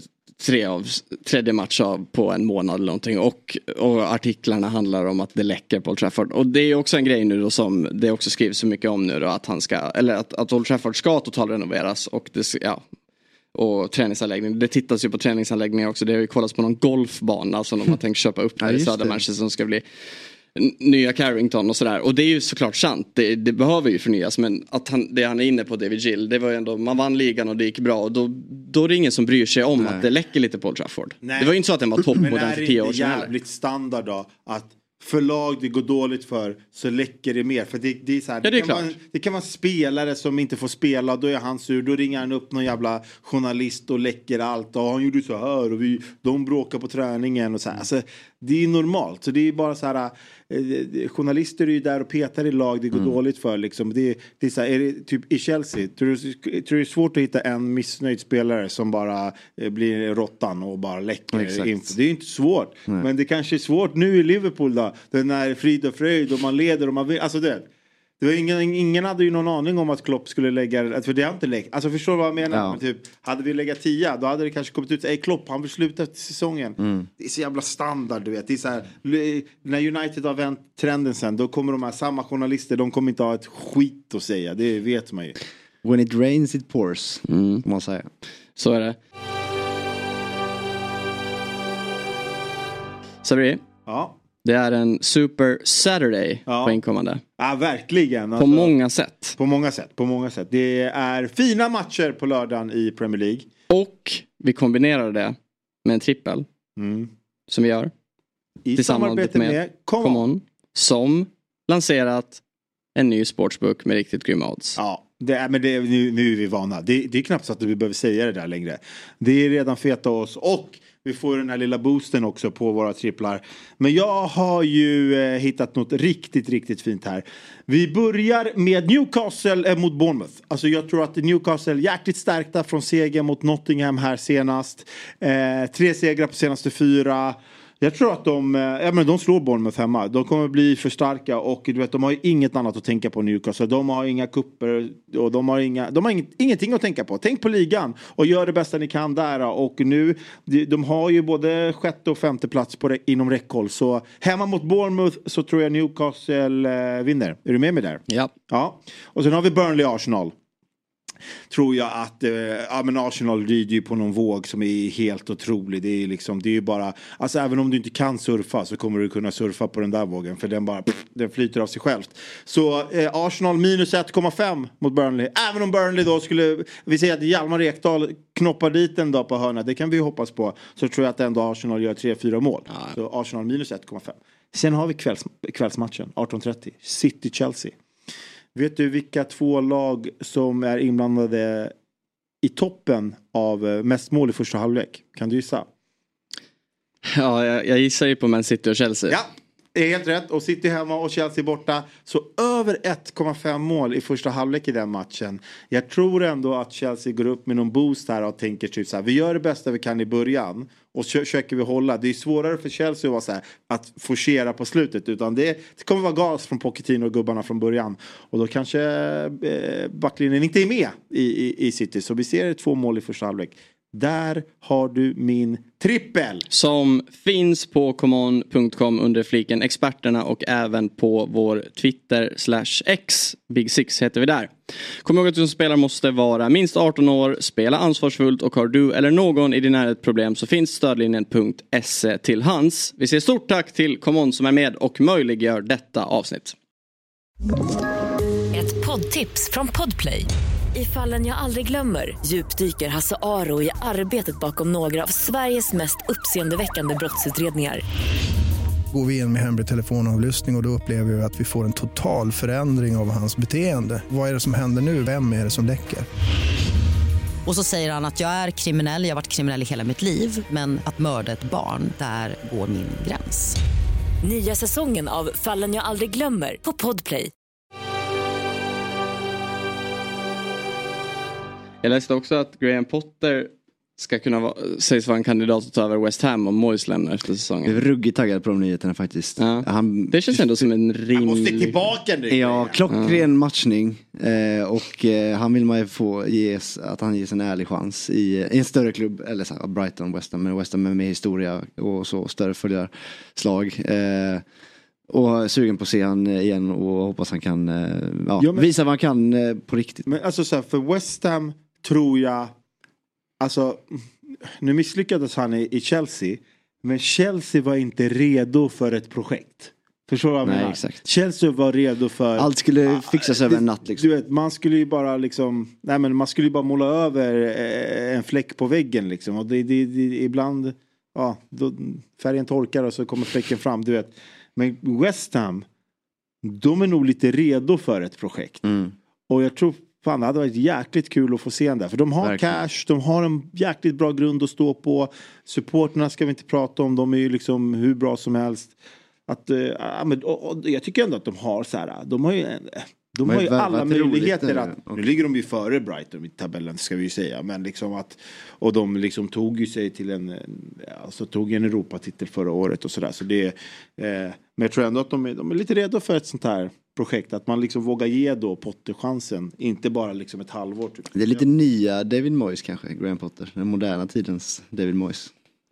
tredje match på en månad eller någonting och artiklarna handlar om att det läcker på Old Trafford och det är också en grej nu då som det också skrivs så mycket om nu då, att han ska, eller att Old Trafford ska totalrenoveras och det, och träningsanläggning, det tittas ju på träningsanläggningar också, det har ju kollats på någon golfbana som de har tänkt köpa upp här i södra Manchester som ska bli nya Carrington och sådär. Och det är ju såklart sant. Det behöver ju förnyas. Men att det han är inne på, David Gill, det var ju ändå, man vann ligan och det gick bra. Och då är det ingen som bryr sig om att det läcker lite på Old Trafford. Nej. Det var ju inte så att den var toppmodern för 10 år sedan. Men är det jävligt standard då att förlag det går dåligt för så läcker det mer. För det är så här, det kan vara spelare som inte får spela, då är han sur, då ringer han upp någon jävla journalist och läcker allt och han gjorde så här och de bråkar på träningen och så här. Alltså, det är normalt, så det är bara så här, journalister är ju där och petar i lag det går dåligt för liksom. Det är så här, är det typ i Chelsea, tror du det är svårt att hitta en missnöjd spelare som bara blir råttan och bara läcker info. Det är ju inte svårt. Men det kanske är svårt nu i Liverpool då, den här frid och fröjd och man leder och man vill, alltså det var ingen hade ju någon aning om att Klopp skulle lägga, för det har inte läggt. Alltså förstår du vad jag menar? Men typ, hade vi läggat 10, då hade det kanske kommit ut, Klopp, han vill sluta efter säsongen. Det är så jävla standard, du vet. Det är så här, när United har vänt trenden sen, då kommer de här samma journalister, de kommer inte ha ett skit att säga, det vet man ju. When it rains it pours, man säger. Så är det. Sorry. Ja. Det är en Super Saturday på inkommande. Ja, verkligen. Alltså, på många sätt. Det är fina matcher på lördagen i Premier League. Och vi kombinerar det med en trippel. Som vi gör. I samarbete med Come On. Som lanserat en ny sportsbook med riktigt grymma odds. Ja, nu är vi vana. Det är knappt så att vi behöver säga det där längre. Det är redan feta oss och vi får den här lilla boosten också på våra tripplar. Men jag har ju hittat något riktigt, riktigt fint här. Vi börjar med Newcastle mot Bournemouth. Alltså jag tror att Newcastle jäkligt stärkta från seger mot Nottingham här senast. 3 segrar på senaste 4. Jag tror att de slår Bournemouth hemma. De kommer bli för starka och du vet, de har ju inget annat att tänka på Newcastle. De har inga kupper och de har ingenting att tänka på. Tänk på ligan och gör det bästa ni kan där. Och nu, de har ju både 6:e och 5:e plats inom räckhåll. Så hemma mot Bournemouth så tror jag Newcastle vinner. Är du med mig där? Ja. Och sen har vi Burnley-Arsenal. Tror jag att men Arsenal rider ju på någon våg som är helt otrolig. Det är ju bara, alltså även om du inte kan surfa så kommer du kunna surfa på den där vågen, för den flyter av sig självt. Så Arsenal minus 1,5 mot Burnley. Även om Burnley då skulle, vi säger att Hjalmar Ekdal knoppar dit en dag på hörna, det kan vi hoppas på, så tror jag att ändå Arsenal gör 3-4 mål. Så Arsenal minus 1,5. Sen har vi kvällsmatchen 18:30, City-Chelsea. Vet du vilka 2 lag som är inblandade i toppen av mest mål i första halvlek? Kan du gissa? Ja, jag gissar ju på Man City och Chelsea. Ja, det är helt rätt. Och City hemma och Chelsea borta. Så över 1,5 mål i första halvlek i den matchen. Jag tror ändå att Chelsea går upp med någon boost här och tänker typ så här: vi gör det bästa vi kan i början. Och försöker vi hålla. Det är svårare för Chelsea att vara så här, att forcera på slutet. Utan det kommer vara gas från Pochettino och gubbarna från början. Och då kanske backlinjen inte är med i City. Så vi ser 2 mål i första halvlek. Där har du min trippel. Som finns på common.com under fliken experterna och även på vår Twitter/X. Big Six heter vi där. Kom ihåg att du som spelar måste vara minst 18 år, spela ansvarsfullt och har du eller någon i din närhet problem så finns stödlinjen.se till hands. Vi säger stort tack till Common som är med och möjliggör detta avsnitt. Ett poddtips från Podplay. I Fallen jag aldrig glömmer djupdyker Hasse Aro i arbetet bakom några av Sveriges mest uppseendeväckande brottsutredningar. Går vi in med hemlig telefonavlyssning och då upplever vi att vi får en total förändring av hans beteende. Vad är det som händer nu? Vem är det som läcker? Och så säger han att jag är kriminell, jag har varit kriminell i hela mitt liv. Men att mörda ett barn, där går min gräns. Nya säsongen av Fallen jag aldrig glömmer på Podplay. Jag läste också att Graham Potter ska kunna sägs vara en kandidat att ta över West Ham om Moyes lämnar efter säsongen. Jag är ruggigt taggad på de nyheterna faktiskt. Ja. Det känns ändå som en rimlig... Han måste tillbaka nu. Ja, klockren matchning. Och han vill man ju få att han ges en ärlig chans i en större klubb. Eller så här, Brighton, West Ham. Men West Ham med historia och så större följarslag. Och sugen på att se han igen och hoppas han kan visa vad han kan på riktigt. Men alltså så här, för West Ham tror jag, alltså nu misslyckades han i Chelsea, men Chelsea var inte redo för ett projekt. Förstår du vad jag menar? Exakt. Chelsea var redo för... Allt skulle fixas över en natt liksom. Du vet, man skulle ju bara liksom... Nej men man skulle ju bara måla över en fläck på väggen liksom. Och det ibland... Ja, då färgen torkar och så kommer fläcken fram, du vet. Men West Ham, de är nog lite redo för ett projekt. Och jag tror fan det hade varit jäkligt kul att få se den där. För de har cash, de har en jäkligt bra grund att stå på. Supporterna ska vi inte prata om, de är ju liksom hur bra som helst. Jag tycker ändå att de har så här, de har ju alla möjligheter att... Nu ligger de ju före Brighton i tabellen ska vi ju säga. Men liksom att... Och de liksom tog ju sig till tog en Europatitel förra året och sådär. Så det... men jag tror ändå att de är lite redo för ett sånt här projekt. Att man liksom vågar ge då Potter chansen. Inte bara liksom ett halvår. Typ. Det är lite nya David Moyes kanske, Graham Potter. Den moderna tidens David Moyes.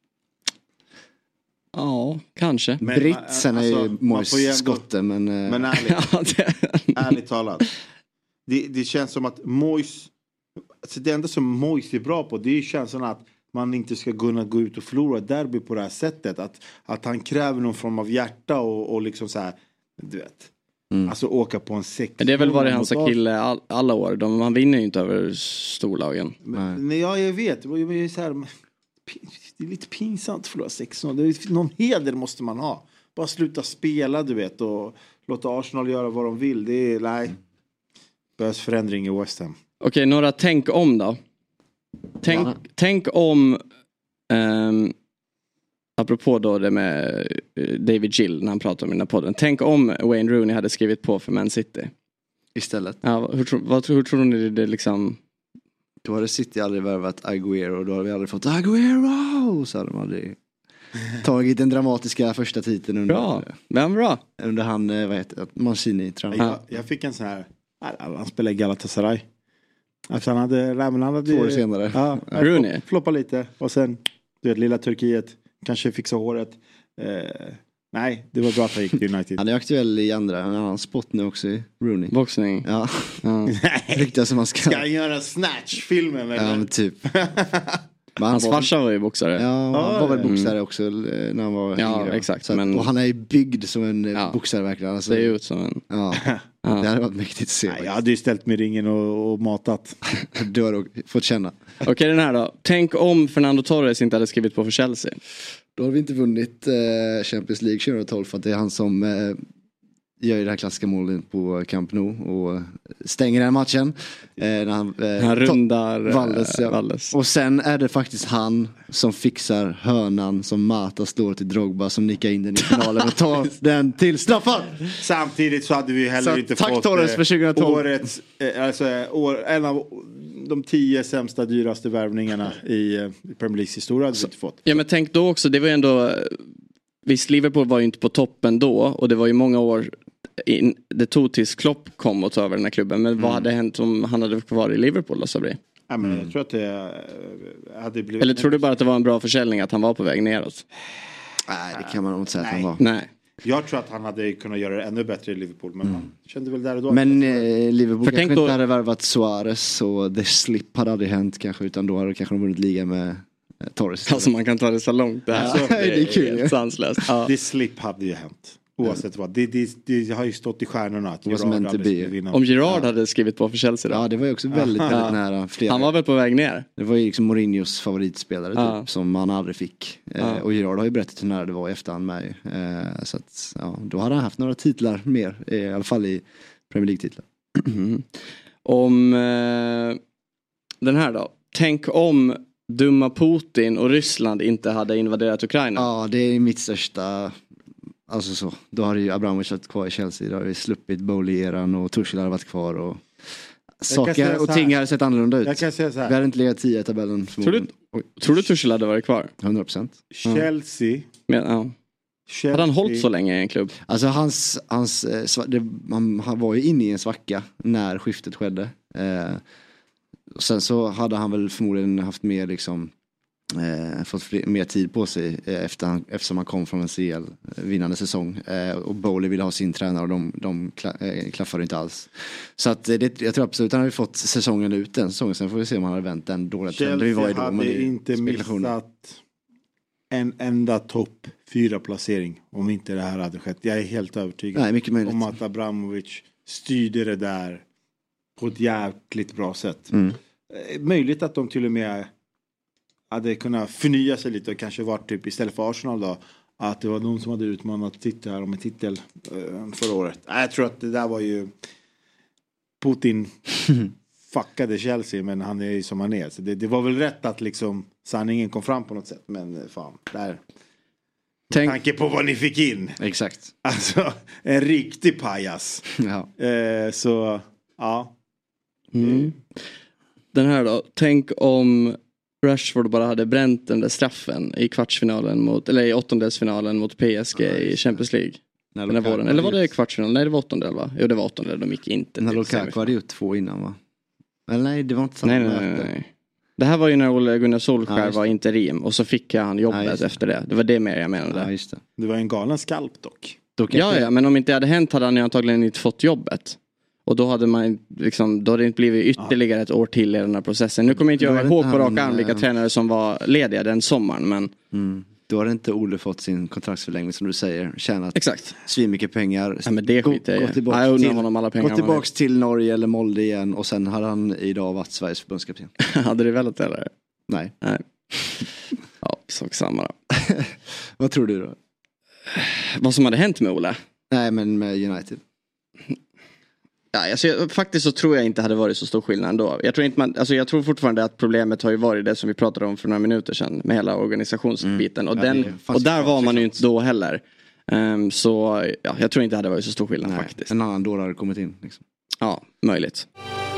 Ja, kanske. Britsen är ju Moyes skotte, men ärligt talat. Det känns som att Moyes, alltså det enda som Moyes är bra på, det är känslan att man inte ska kunna gå ut och förlora derby på det här sättet. Att han kräver någon form av hjärta och liksom så här, du vet. Alltså åka på en 6. Det är väl vad det hans kille alla år. Han vinner ju inte över storlagen. Nej, jag vet. Det är så här... Det är lite pinsamt att förlora 6-0. Någon heder måste man ha. Bara sluta spela, du vet. Och låta Arsenal göra vad de vill. Det är, nej. Behövs förändring i West Ham. Okej, några tänk om då. Tänk om... apropå då det med David Gill när han pratar om den här podden. Tänk om Wayne Rooney hade skrivit på för Man City. Istället. Ja, hur tror ni det liksom... Då hade City aldrig värvat Aguero och då hade vi aldrig fått Aguero. Så hade de aldrig tagit den dramatiska första titeln under... Bra, vem bra? Under han, vad heter det, Mancini. Jag fick en sån här... Han spelade i Galatasaray. Alltså han hade 2 år senare. Ja, Rooney. Floppa lite. Och sen, du vet, lilla Turkiet. Kanske fixa håret. Nej, det var bra att han gick till United. Han är aktuell i en annan spot nu också i Rooney. Boxning. Ja. Riktigt som man ska han göra Snatch-filmen eller? Ja, men typ. Hans farsa var ju boxare. Ja, han var väl boxare också när han var yngre. Exakt. Så, och han är ju byggd som en boxare verkligen. Alltså, det är ut som en... Ja. Det hade varit mäktigt att se. Nej, jag hade ju ställt mig i ringen och matat. Du har fått känna. Okej, den här då. Tänk om Fernando Torres inte hade skrivit på för Chelsea. Då har vi inte vunnit Champions League 2012 för att det är han som gör ju det här klassiska målet på Camp Nou och stänger den matchen. När han rundar Valles. Och sen är det faktiskt han som fixar hörnan som Mata slår till Drogba som nickar in den i finalen och tar den till straffar. Samtidigt så hade vi heller inte tack fått Torres för 2012. Årets, en av de 10 sämsta dyraste värvningarna i Premier Leagues historia hade vi inte fått. Ja, men tänk då också, det var ju ändå, visst Liverpool var ju inte på toppen då och det var ju många år det tog tills Klopp kom och tog över den här klubben. Men vad hade hänt om han hade kvar i Liverpool då, Sabri? Ja, men jag tror att det hade blivit... Eller tror du bara att det var en bra försäljning att han var på väg neråt? Nej, det kan man inte säga att han var. Nej. Jag tror att han hade kunnat göra det ännu bättre i Liverpool. Men han kände väl där och då. Men Liverpool kanske inte hade värvat Suarez och The Slip hade aldrig hänt kanske. Utan då hade kanske de vunnit liga med Torres. Alltså man kan ta det så långt. Det är kul. Helt sanslöst. Ja. The Slip hade ju hänt. Oavsett vad. Det har ju stått i stjärnorna att Gerard hade vinna. Om Gerard hade skrivit på för Chelsea då. Ja, det var ju också väldigt nära. Han var väl på väg ner. Det var ju liksom Mourinhos favoritspelare typ, som man aldrig fick. Och Gerard har ju berättat hur nära det var i efterhand med. Så att, då hade han haft några titlar mer. I alla fall i Premier League-titlar. Om den här då. Tänk om dumma Putin och Ryssland inte hade invaderat Ukraina. Ja, det är mitt största... Alltså så, då har ju Abramovich varit kvar i Chelsea. Då har vi sluppit Bowley-eran och Tuchel har varit kvar och saker och ting hade sett annorlunda ut. Jag kan säga så här. Vi hade inte legat 10 i tabellen. Tror du Tuchel hade varit kvar? 100%. Chelsea. Men, hade han hållit så länge i en klubb? Alltså han var ju inne i en svacka när skiftet skedde. Och sen så hade han väl förmodligen haft mer liksom fått mer tid på sig eftersom han kom från en CL-vinnande säsong och Bowley ville ha sin tränare och de klaffade inte alls. Så att jag tror absolut han har fått säsongen ut den säsongen. Sen får vi se om han har vänt den dåliga trenden. Chelsea hade inte missat en enda topp 4-placering om inte det här hade skett. Jag är helt övertygad om att Abramovich styrde det där på ett jäkligt bra sätt. Möjligt att de till och med hade kunnat förnya sig lite och kanske varit typ istället för Arsenal då, att det var någon som hade utmanat titel här om en titel förra året. Jag tror att det där var ju Putin fuckade Chelsea, men han är ju som han är. Så det var väl rätt att liksom sanningen kom fram på något sätt, men fan, där tanke på vad ni fick in. Exakt. Alltså, en riktig pajas. Ja. Så, ja. Den här då, tänk om Rashford bara hade bränt den där straffen i kvartsfinalen i åttondelsfinalen mot PSG i Champions League. Den här våren. Eller var det kvartsfinalen? Nej, det var åttondel va? Jo, det var åttondel. De gick inte. När Lukaku hade gjort 2 innan va? Eller nej, det var inte samma. Nej. Det här var ju när Ole Gunnar Solskjær var interim och så fick han jobbet efter det. Det var det mer jag menade. Ja, just det. Det var en galen skalp dock. Ja, men om inte det hade hänt hade han ju antagligen inte fått jobbet. Och då hade man liksom, då hade det inte blivit ytterligare ett år till i den här processen. Nu kommer inte jag ihåg på rak arm vilka tränare som var lediga den sommaren, men då har inte Ole fått sin kontraktsförlängning som du säger, tjänat svin mycket pengar. Ja, men det skiter jag gå tillbaks till Norge eller Molde igen och sen hade han idag varit Sveriges förbundskapten. Hade det velat eller? Nej. Ja, sak samma då. Vad tror du då? Vad som hade hänt med Ole? Nej, men med United. Ja, alltså, faktiskt så tror jag inte hade varit så stor skillnad ändå. Jag tror fortfarande att problemet har ju varit det som vi pratade om för några minuter sedan med hela organisationsbiten. Och där var man ju inte då heller. Så jag tror inte det hade varit så stor skillnad faktiskt. En annan då hade kommit in. Liksom. Ja, möjligt.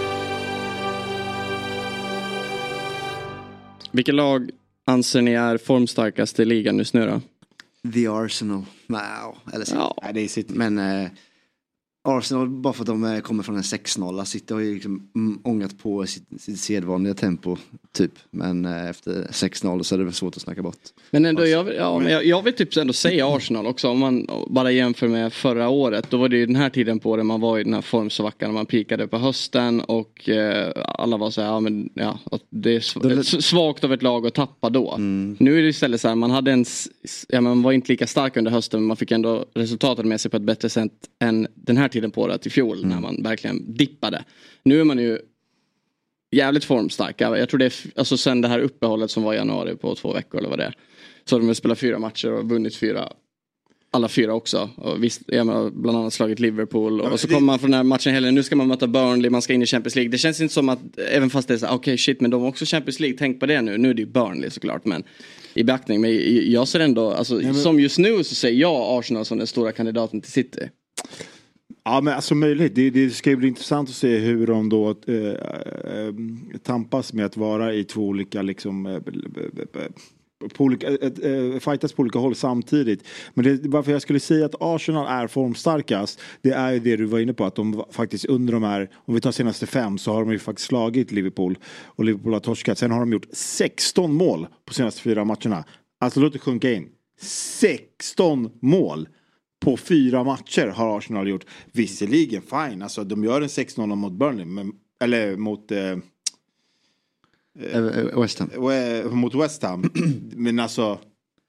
Vilka lag anser ni är formstarkast i ligan just nu då? The Arsenal. Eller så. Ja, det är City. Men Arsenal, bara för att de kommer från en 6-0, City har ju liksom ångat på sitt sedvanliga tempo typ, men efter 6-0 så är det väl svårt att snacka bort. Men ändå, jag vill typ ändå säga Arsenal också, om man bara jämför med förra året, då var det ju den här tiden på det man var i den här formsvackan, man pikade på hösten och alla var så här, att det är svagt av ett lag att tappa då. Nu är det istället så här, man hade man var inte lika stark under hösten, men man fick ändå resultatet med sig på ett bättre sätt än den här tiden på det i fjol när man verkligen dippade. Nu är man ju jävligt formstark. Jag tror det är, alltså sen det här uppehållet som var i januari på 2 veckor eller vad det är, så har de spelat 4 matcher och vunnit 4. alla 4 också. Och visst, bland annat slagit Liverpool. Och så kommer man från den här matchen heller. Nu ska man möta Burnley, man ska in i Champions League. Det känns inte som att, även fast det är så okej, shit, men de har också Champions League. Tänk på det nu. Nu är det ju Burnley såklart, men i beaktning. Men jag ser ändå, alltså, som just nu så säger jag Arsenal som den stora kandidaten till City. Ja, men alltså möjligt. Det ska ju bli intressant att se hur de då tampas med att vara i 2 olika liksom fightas på olika håll samtidigt. Men varför jag skulle säga att Arsenal är formstarkast, det är ju det du var inne på, att de faktiskt under de här, om vi tar senaste 5, så har de ju faktiskt slagit Liverpool och Liverpool har torskat. Sen har de gjort 16 mål på senaste 4 matcherna. Alltså låt det sjunka in. 16 mål på 4 matcher har Arsenal gjort. Visserligen fine, alltså de gör en 6-0 mot Burnley, men, eller mot West Ham. Mot West Ham. Men alltså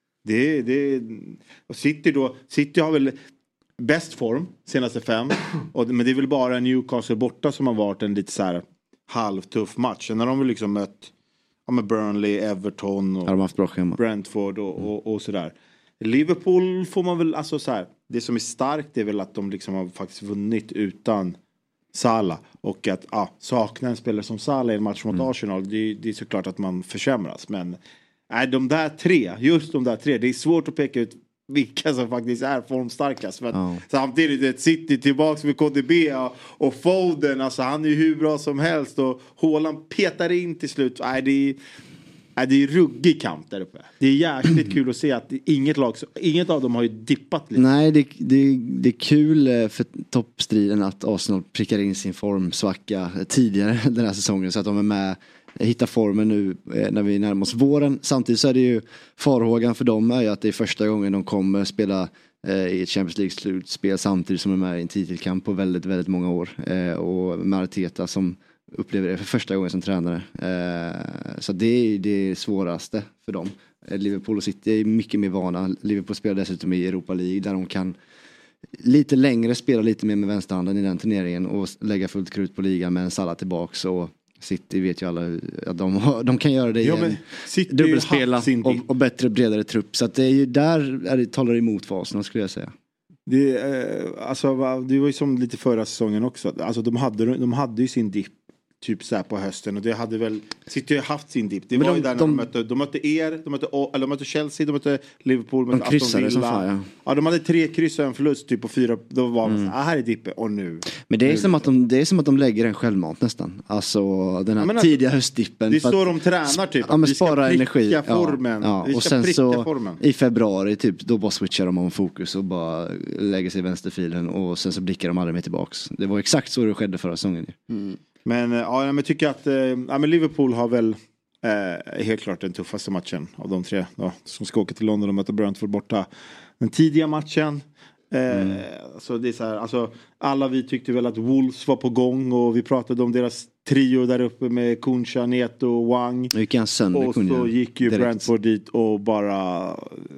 City har väl bäst form senaste 5, men det är väl bara Newcastle borta som har varit en lite så här halvtuff match. Sen har de väl liksom mött med Burnley, Everton och de haft bra schema. Brentford och sådär. Liverpool får man väl, alltså så här, det som är starkt är väl att de liksom har faktiskt vunnit utan Salah, och att sakna en spelare som Salah i en match mot Arsenal, det är såklart att man försämras, men de där 3, det är svårt att peka ut vilka som faktiskt är formstarkast, för samtidigt ett City tillbaks med KDB och Foden, alltså han är ju hur bra som helst, och Haaland petar in till slut. Det är ruggig kamp där uppe. Det är jäkligt kul att se att inget av dem har ju dippat lite. Nej, det är kul för toppstriden att Arsenal prickar in sin formsvacka tidigare den här säsongen, så att de är med, hittar formen nu när vi närmar oss våren. Samtidigt så är det ju farhågan för dem är ju att det är första gången de kommer spela i ett Champions League-slutspel samtidigt som de är i en titelkamp på väldigt, väldigt många år. Och med Arteta som upplever det för första gången som tränare. Så det är det svåraste för dem. Liverpool och City är mycket mer vana. Liverpool spelar dessutom i Europa League där de kan lite längre spela lite mer med vänsterhanden i den turneringen och lägga fullt krut på ligan med en Salah tillbaks, och City vet ju alla att de kan göra det igen. Dubbelspela och bättre bredare trupp. Så att det är ju där talar emot fasen, skulle jag säga. Det var ju som lite förra säsongen också. Alltså de hade ju sin dipp typ så här på hösten, och det hade väl City har haft sin dipp. Det var ju där när de mötte Chelsea, de mötte Liverpool, de mötte Aston Villa. De hade 3 kryss och en förlust typ på 4. Då var man så här är dippen, och nu. Men det är som att de lägger en självmant nästan. Alltså den här tidiga höstdippen. Det är så de tränar typ. Ja, men spara energi. Formen. Ja. Och sen så formen. I februari typ, då bara switchar de om fokus och bara lägger sig i vänsterfilen, och sen så blickar de aldrig mer tillbaks. Det var exakt så det skedde förra säsongen. Men jag tycker att men Liverpool har väl helt klart den tuffaste matchen av de 3 som ska åka till London och möta Brentford borta. Den tidiga matchen, så det är så här, alltså, alla vi tyckte väl att Wolves var på gång, och vi pratade om deras trio där uppe med Kuncha, Neto och Wang. Och så gick ju Brentford dit och bara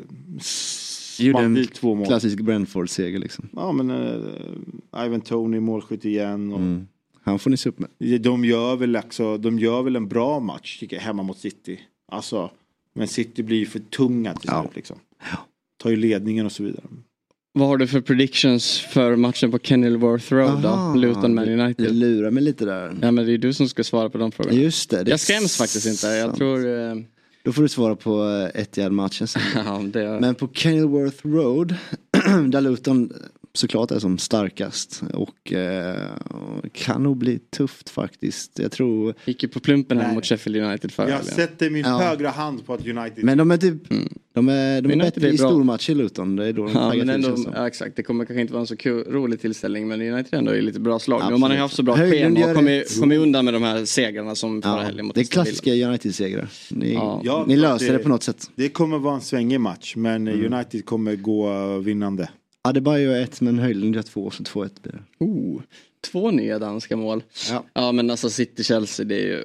gjorde en 2 mål. Klassisk Brentford-seger liksom. Ja, men Ivan Toney målskytt igen och han får ni se upp med. De gör väl en bra match tycker jag, hemma mot City. Alltså, men City blir ju för tunga till slut liksom. Tar ju ledningen och så vidare. Vad har du för predictions för matchen på Kenilworth Road då? Luton Man United. Jag lurar mig lite där. Ja, men det är du som ska svara på de frågorna. Just det. Jag skräms faktiskt inte. Jag tror... Då får du svara på Etihad-matchen sen. Men på Kenilworth Road där Luton såklart är som starkast, och kan nog bli tufft faktiskt. Jag tror... Gick ju på plumpen här mot Sheffield United förra. Jag sätter min högra hand på att United... Men de är typ... De är bättre i stormatch i Luton. Det är då de men ändå, exakt. Det kommer kanske inte vara en så rolig tillställning, men United ändå är lite bra slag. Och man har ju haft så bra schema och kommit undan med de här segrarna som förra helgen mot. Det är klassiska United-segrar. Ni löser det på något sätt. Det kommer vara en svängig match, men United kommer gå vinnande. Adebayo 1, men Höjlund gör 2, så 2-1 blir det. 2 nya danska mål. Ja, men alltså City-Chelsea, det är ju...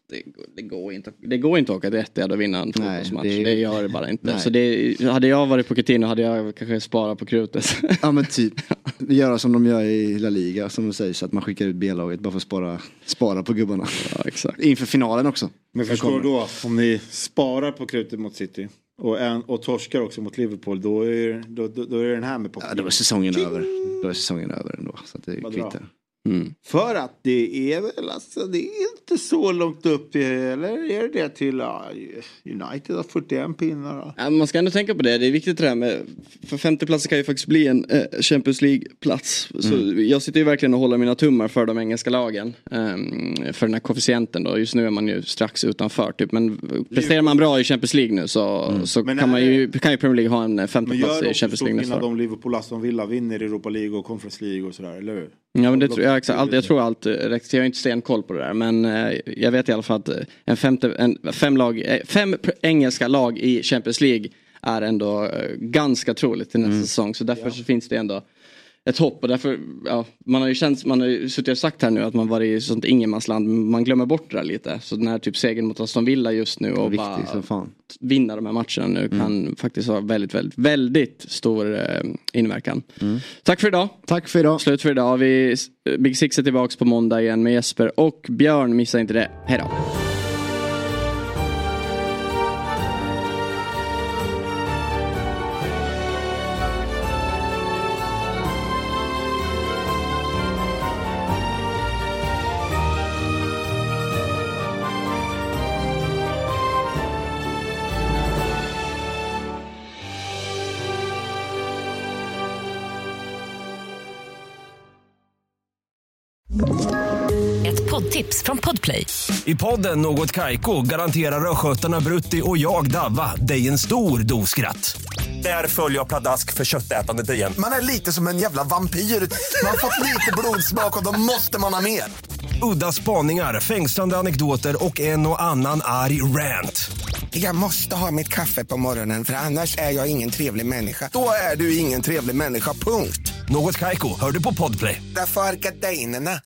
Det går inte att åka till Etihad och vinna en fotbollsmatch. Det gör det bara inte. Nej. Så hade jag varit på Coutinho hade jag kanske sparat på krutet. Ja, men typ. Göra som de gör i La Liga, som det sägs, att man skickar ut B-laget bara för att spara på gubbarna. Ja, exakt. Inför finalen också. Men förstår då, om ni sparar på krutet mot City och torskar också mot Liverpool, då är den här med på. Ja, då är säsongen över. Då är säsongen över ändå, så att det kvittar. För att det är väl alltså, det är inte så långt upp eller är det till United har 41 pinnar då? Ja, man ska ändå tänka på det. Det är viktigt det där med, för 50 platser kan ju faktiskt bli en Champions League-plats. Så jag sitter ju verkligen och håller mina tummar för de engelska lagen. För den här koefficienten då. Just nu är man ju strax utanför typ. Men presterar man bra i Champions League nu så kan ju Premier League ha en 50 plats i Champions League nästa år. Men gör de Liverpool Aston Villa vinner Europa League och Conference League och sådär, eller hur? Ja, men det tror jag exakt. Jag tror allt räcker. Jag har inte stenkoll på det där, men jag vet i alla fall att fem engelska lag i Champions League är ändå ganska troligt till nästa säsong. Så därför så finns det ändå ett hopp, och därför, man har ju suttit och sagt här nu att man var i sånt ingenmansland, man glömmer bort det där lite. Så den här typ segern mot Aston Villa just nu och bara vinna de här matcherna nu kan faktiskt ha väldigt, väldigt, väldigt stor inverkan. Tack för idag. Tack för idag. Slut för idag. Big Six är tillbaka på måndag igen med Jesper och Björn. Missa inte det. Hej då. Tips från Podplay. I podden Något Kaiko garanterar röskötarna Brutti och jag Davva dig en stor doskratt. Där följer jag pladask för köttätandet igen. Man är lite som en jävla vampyr. Man har fått lite blodsmak och då måste man ha mer. Udda spaningar, fängslande anekdoter och en och annan arg rant. Jag måste ha mitt kaffe på morgonen för annars är jag ingen trevlig människa. Då är du ingen trevlig människa, punkt. Något Kaiko, hör du på Podplay. Därför är gardinerna.